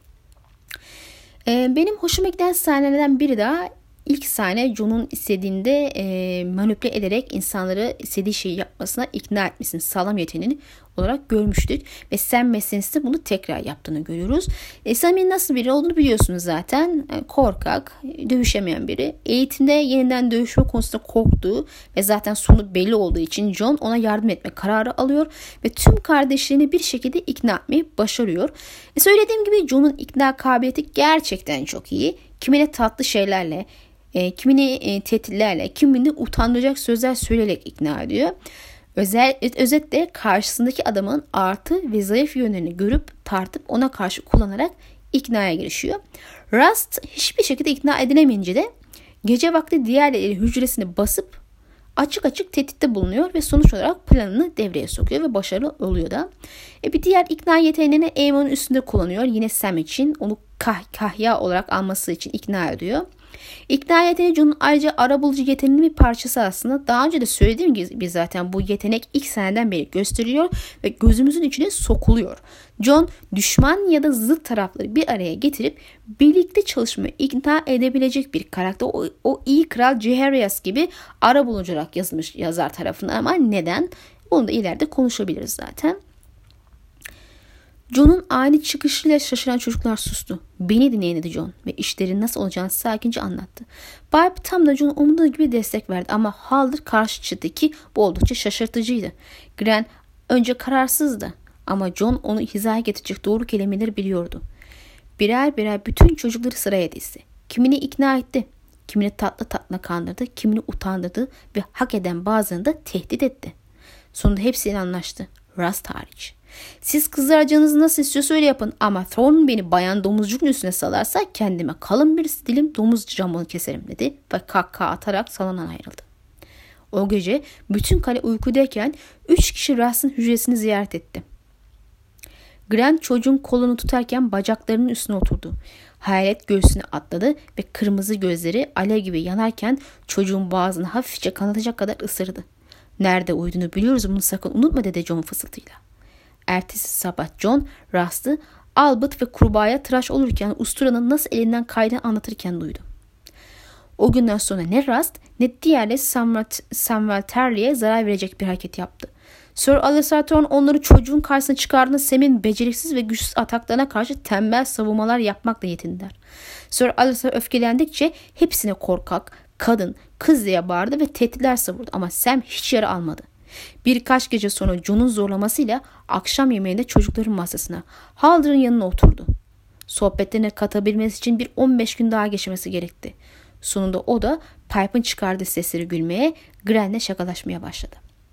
Benim hoşuma giden sahnelerden biri daha ilk sahne Jon'un istediğinde manipüle ederek insanları istediği şeyi yapmasına ikna etmesini sağlam yeteneğini olarak görmüştük. Ve Sam meselesinde bunu tekrar yaptığını görüyoruz. Sam'in nasıl biri olduğunu biliyorsunuz zaten. Korkak, dövüşemeyen biri. Eğitimde yeniden dövüşme konusunda korktuğu ve zaten sonu belli olduğu için Jon ona yardım etme kararı alıyor. Ve tüm kardeşlerini bir şekilde ikna etmeyi başarıyor. Söylediğim gibi Jon'un ikna kabiliyeti gerçekten çok iyi. Kimine tatlı şeylerle, kimini tehditlerle, kimini utandıracak sözler söyleyerek ikna ediyor. Özetle karşısındaki adamın artı ve zayıf yönlerini görüp tartıp ona karşı kullanarak iknaya girişiyor. Rust hiçbir şekilde ikna edilemeyince de gece vakti diğerleri hücresini basıp açık açık tehditte bulunuyor ve sonuç olarak planını devreye sokuyor ve başarılı oluyor da. Bir diğer ikna yeteneğini Aemon'un üstünde kullanıyor. Yine Sam için onu kahya olarak alması için ikna ediyor. İkna yeteneği Jon'un ayrıca arabulucu yeteneğinin bir parçası aslında. Daha önce de söylediğim gibi zaten bu yetenek ilk seneden beri gösteriliyor ve gözümüzün içine sokuluyor. Jon düşman ya da zıt tarafları bir araya getirip birlikte çalışmayı ikna edebilecek bir karakter. O iyi kral Jaehaerys gibi arabulucu olarak yazılmış yazar tarafından ama neden? Bunu da ileride konuşabiliriz zaten. John'un ani çıkışıyla şaşıran çocuklar sustu. Beni dinleyin dedi John ve işlerin nasıl olacağını sakince anlattı. Barb tam da John'un umduğu gibi destek verdi ama Halder karşı çıktı ki bu oldukça şaşırtıcıydı. Gren önce kararsızdı ama John onu hizaya getirecek doğru kelimeleri biliyordu. Birer birer bütün çocukları sıraya dizdi. Kimini ikna etti, kimini tatlı tatlı kandırdı, kimini utandırdı ve hak eden bazılarını da tehdit etti. Sonunda hepsiyle anlaştı. Rust hariç. Siz kızlar canınızı nasıl istiyorsa öyle yapın ama Thorn beni bayan domuzcuğun üstüne salarsa kendime kalın bir dilim domuz jambonu keserim dedi ve kahkaha atarak salondan ayrıldı. O gece bütün kale uykudayken 3 kişi Rust'ın hücresini ziyaret etti. Grant çocuğun kolunu tutarken bacaklarının üstüne oturdu. Hayalet göğsüne atladı ve kırmızı gözleri alev gibi yanarken çocuğun boğazını hafifçe kanatacak kadar ısırdı. Nerede uyuduğunu biliyoruz, bunu sakın unutma dedi John fısıltıyla. Ertesi sabah John, Rust'ı Albert ve kurbağaya tıraş olurken usturanın nasıl elinden kaydığını anlatırken duydu. O günden sonra ne Rust ne diğerleri Samuel Tarly'e zarar verecek bir hareket yaptı. Sir Alistair Thorne onları çocuğun karşısına çıkardığında Sam'in beceriksiz ve güçsüz ataklarına karşı tembel savunmalar yapmakla yetindiler. Sir Alistair öfkelendikçe hepsine korkak, kadın, kız diye bağırdı ve tehditler savurdu ama Sam hiç yara almadı. Birkaç gece sonra John'un zorlamasıyla akşam yemeğinde çocukların masasına Halder'ın yanına oturdu. Sohbetlerine katabilmesi için bir 15 gün daha geçmesi gerekti. Sonunda o da Pipe'ın çıkardığı sesleri gülmeye, Gren'le şakalaşmaya başladı.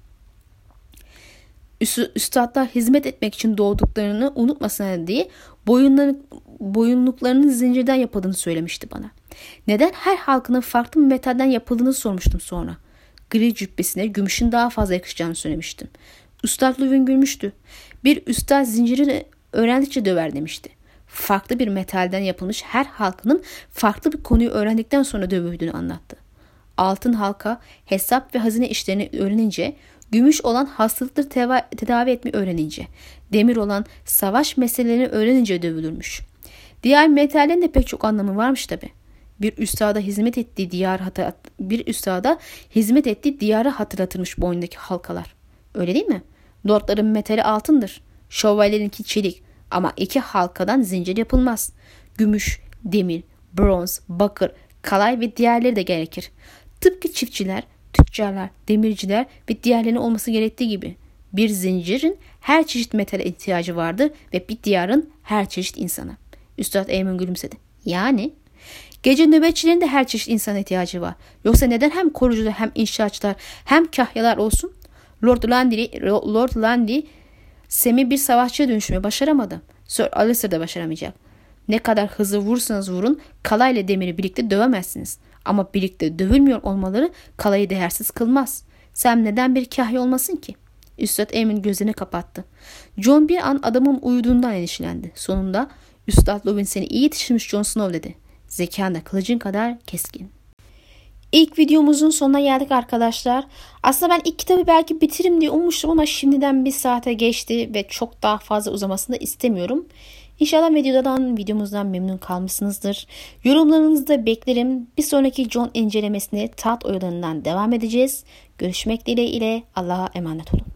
Üstadlar hizmet etmek için doğduklarını unutmasınlar diye boyunluklarının zincirden yapıldığını söylemişti bana. Neden her halkının farklı bir metalden yapıldığını sormuştum sonra. Gri cübbesine gümüşün daha fazla yakışacağını söylemiştim. Üstad Lüwin gülmüştü. Bir üstad zincirini öğrendikçe döver demişti. Farklı bir metalden yapılmış her halkının farklı bir konuyu öğrendikten sonra dövüldüğünü anlattı. Altın halka hesap ve hazine işlerini öğrenince, gümüş olan hastalıkları tedavi etmeyi öğrenince, demir olan savaş meselelerini öğrenince dövülürmüş. Diğer metallerin de pek çok anlamı varmış tabi. Bir üstada hizmet ettiği diyara hatırlatırmış boynundaki halkalar. Öyle değil mi? Lordların metali altındır. Şövalyelerinki çelik. Ama iki halkadan zincir yapılmaz. Gümüş, demir, bronz, bakır, kalay ve diğerleri de gerekir. Tıpkı çiftçiler, tüccarlar, demirciler ve diğerlerinin olması gerektiği gibi. Bir zincirin her çeşit metale ihtiyacı vardır ve bir diyarın her çeşit insana. Üstad Eamon gülümsedi. Yani? Gece nöbetçilerin de her çeşit insana ihtiyacı var. Yoksa neden hem korucular hem inşaatçılar hem kahyalar olsun? Lord Landry Sam'i bir savaşçıya dönüştürmeyi başaramadı. Sir Alistair da başaramayacak. Ne kadar hızlı vurursanız vurun, kalayla demiri birlikte dövemezsiniz. Ama birlikte dövülmüyor olmaları kalayı değersiz kılmaz. Sam neden bir kahya olmasın ki? Üstad Eamon gözlerini kapattı. John bir an adamın uyuduğundan endişelendi. Sonunda Üstad Lüwin seni iyi yetiştirmiş Jon Snow dedi. Zekan da kılıcın kadar keskin. İlk videomuzun sonuna geldik arkadaşlar. Aslında ben ilk kitabı belki bitiririm diye ummuştum ama şimdiden bir saate geçti ve çok daha fazla uzamasını da istemiyorum. İnşallah videomuzdan memnun kalmışsınızdır. Yorumlarınızı da beklerim. Bir sonraki Jon incelemesine taht oyunlarından devam edeceğiz. Görüşmek dileğiyle. Allah'a emanet olun.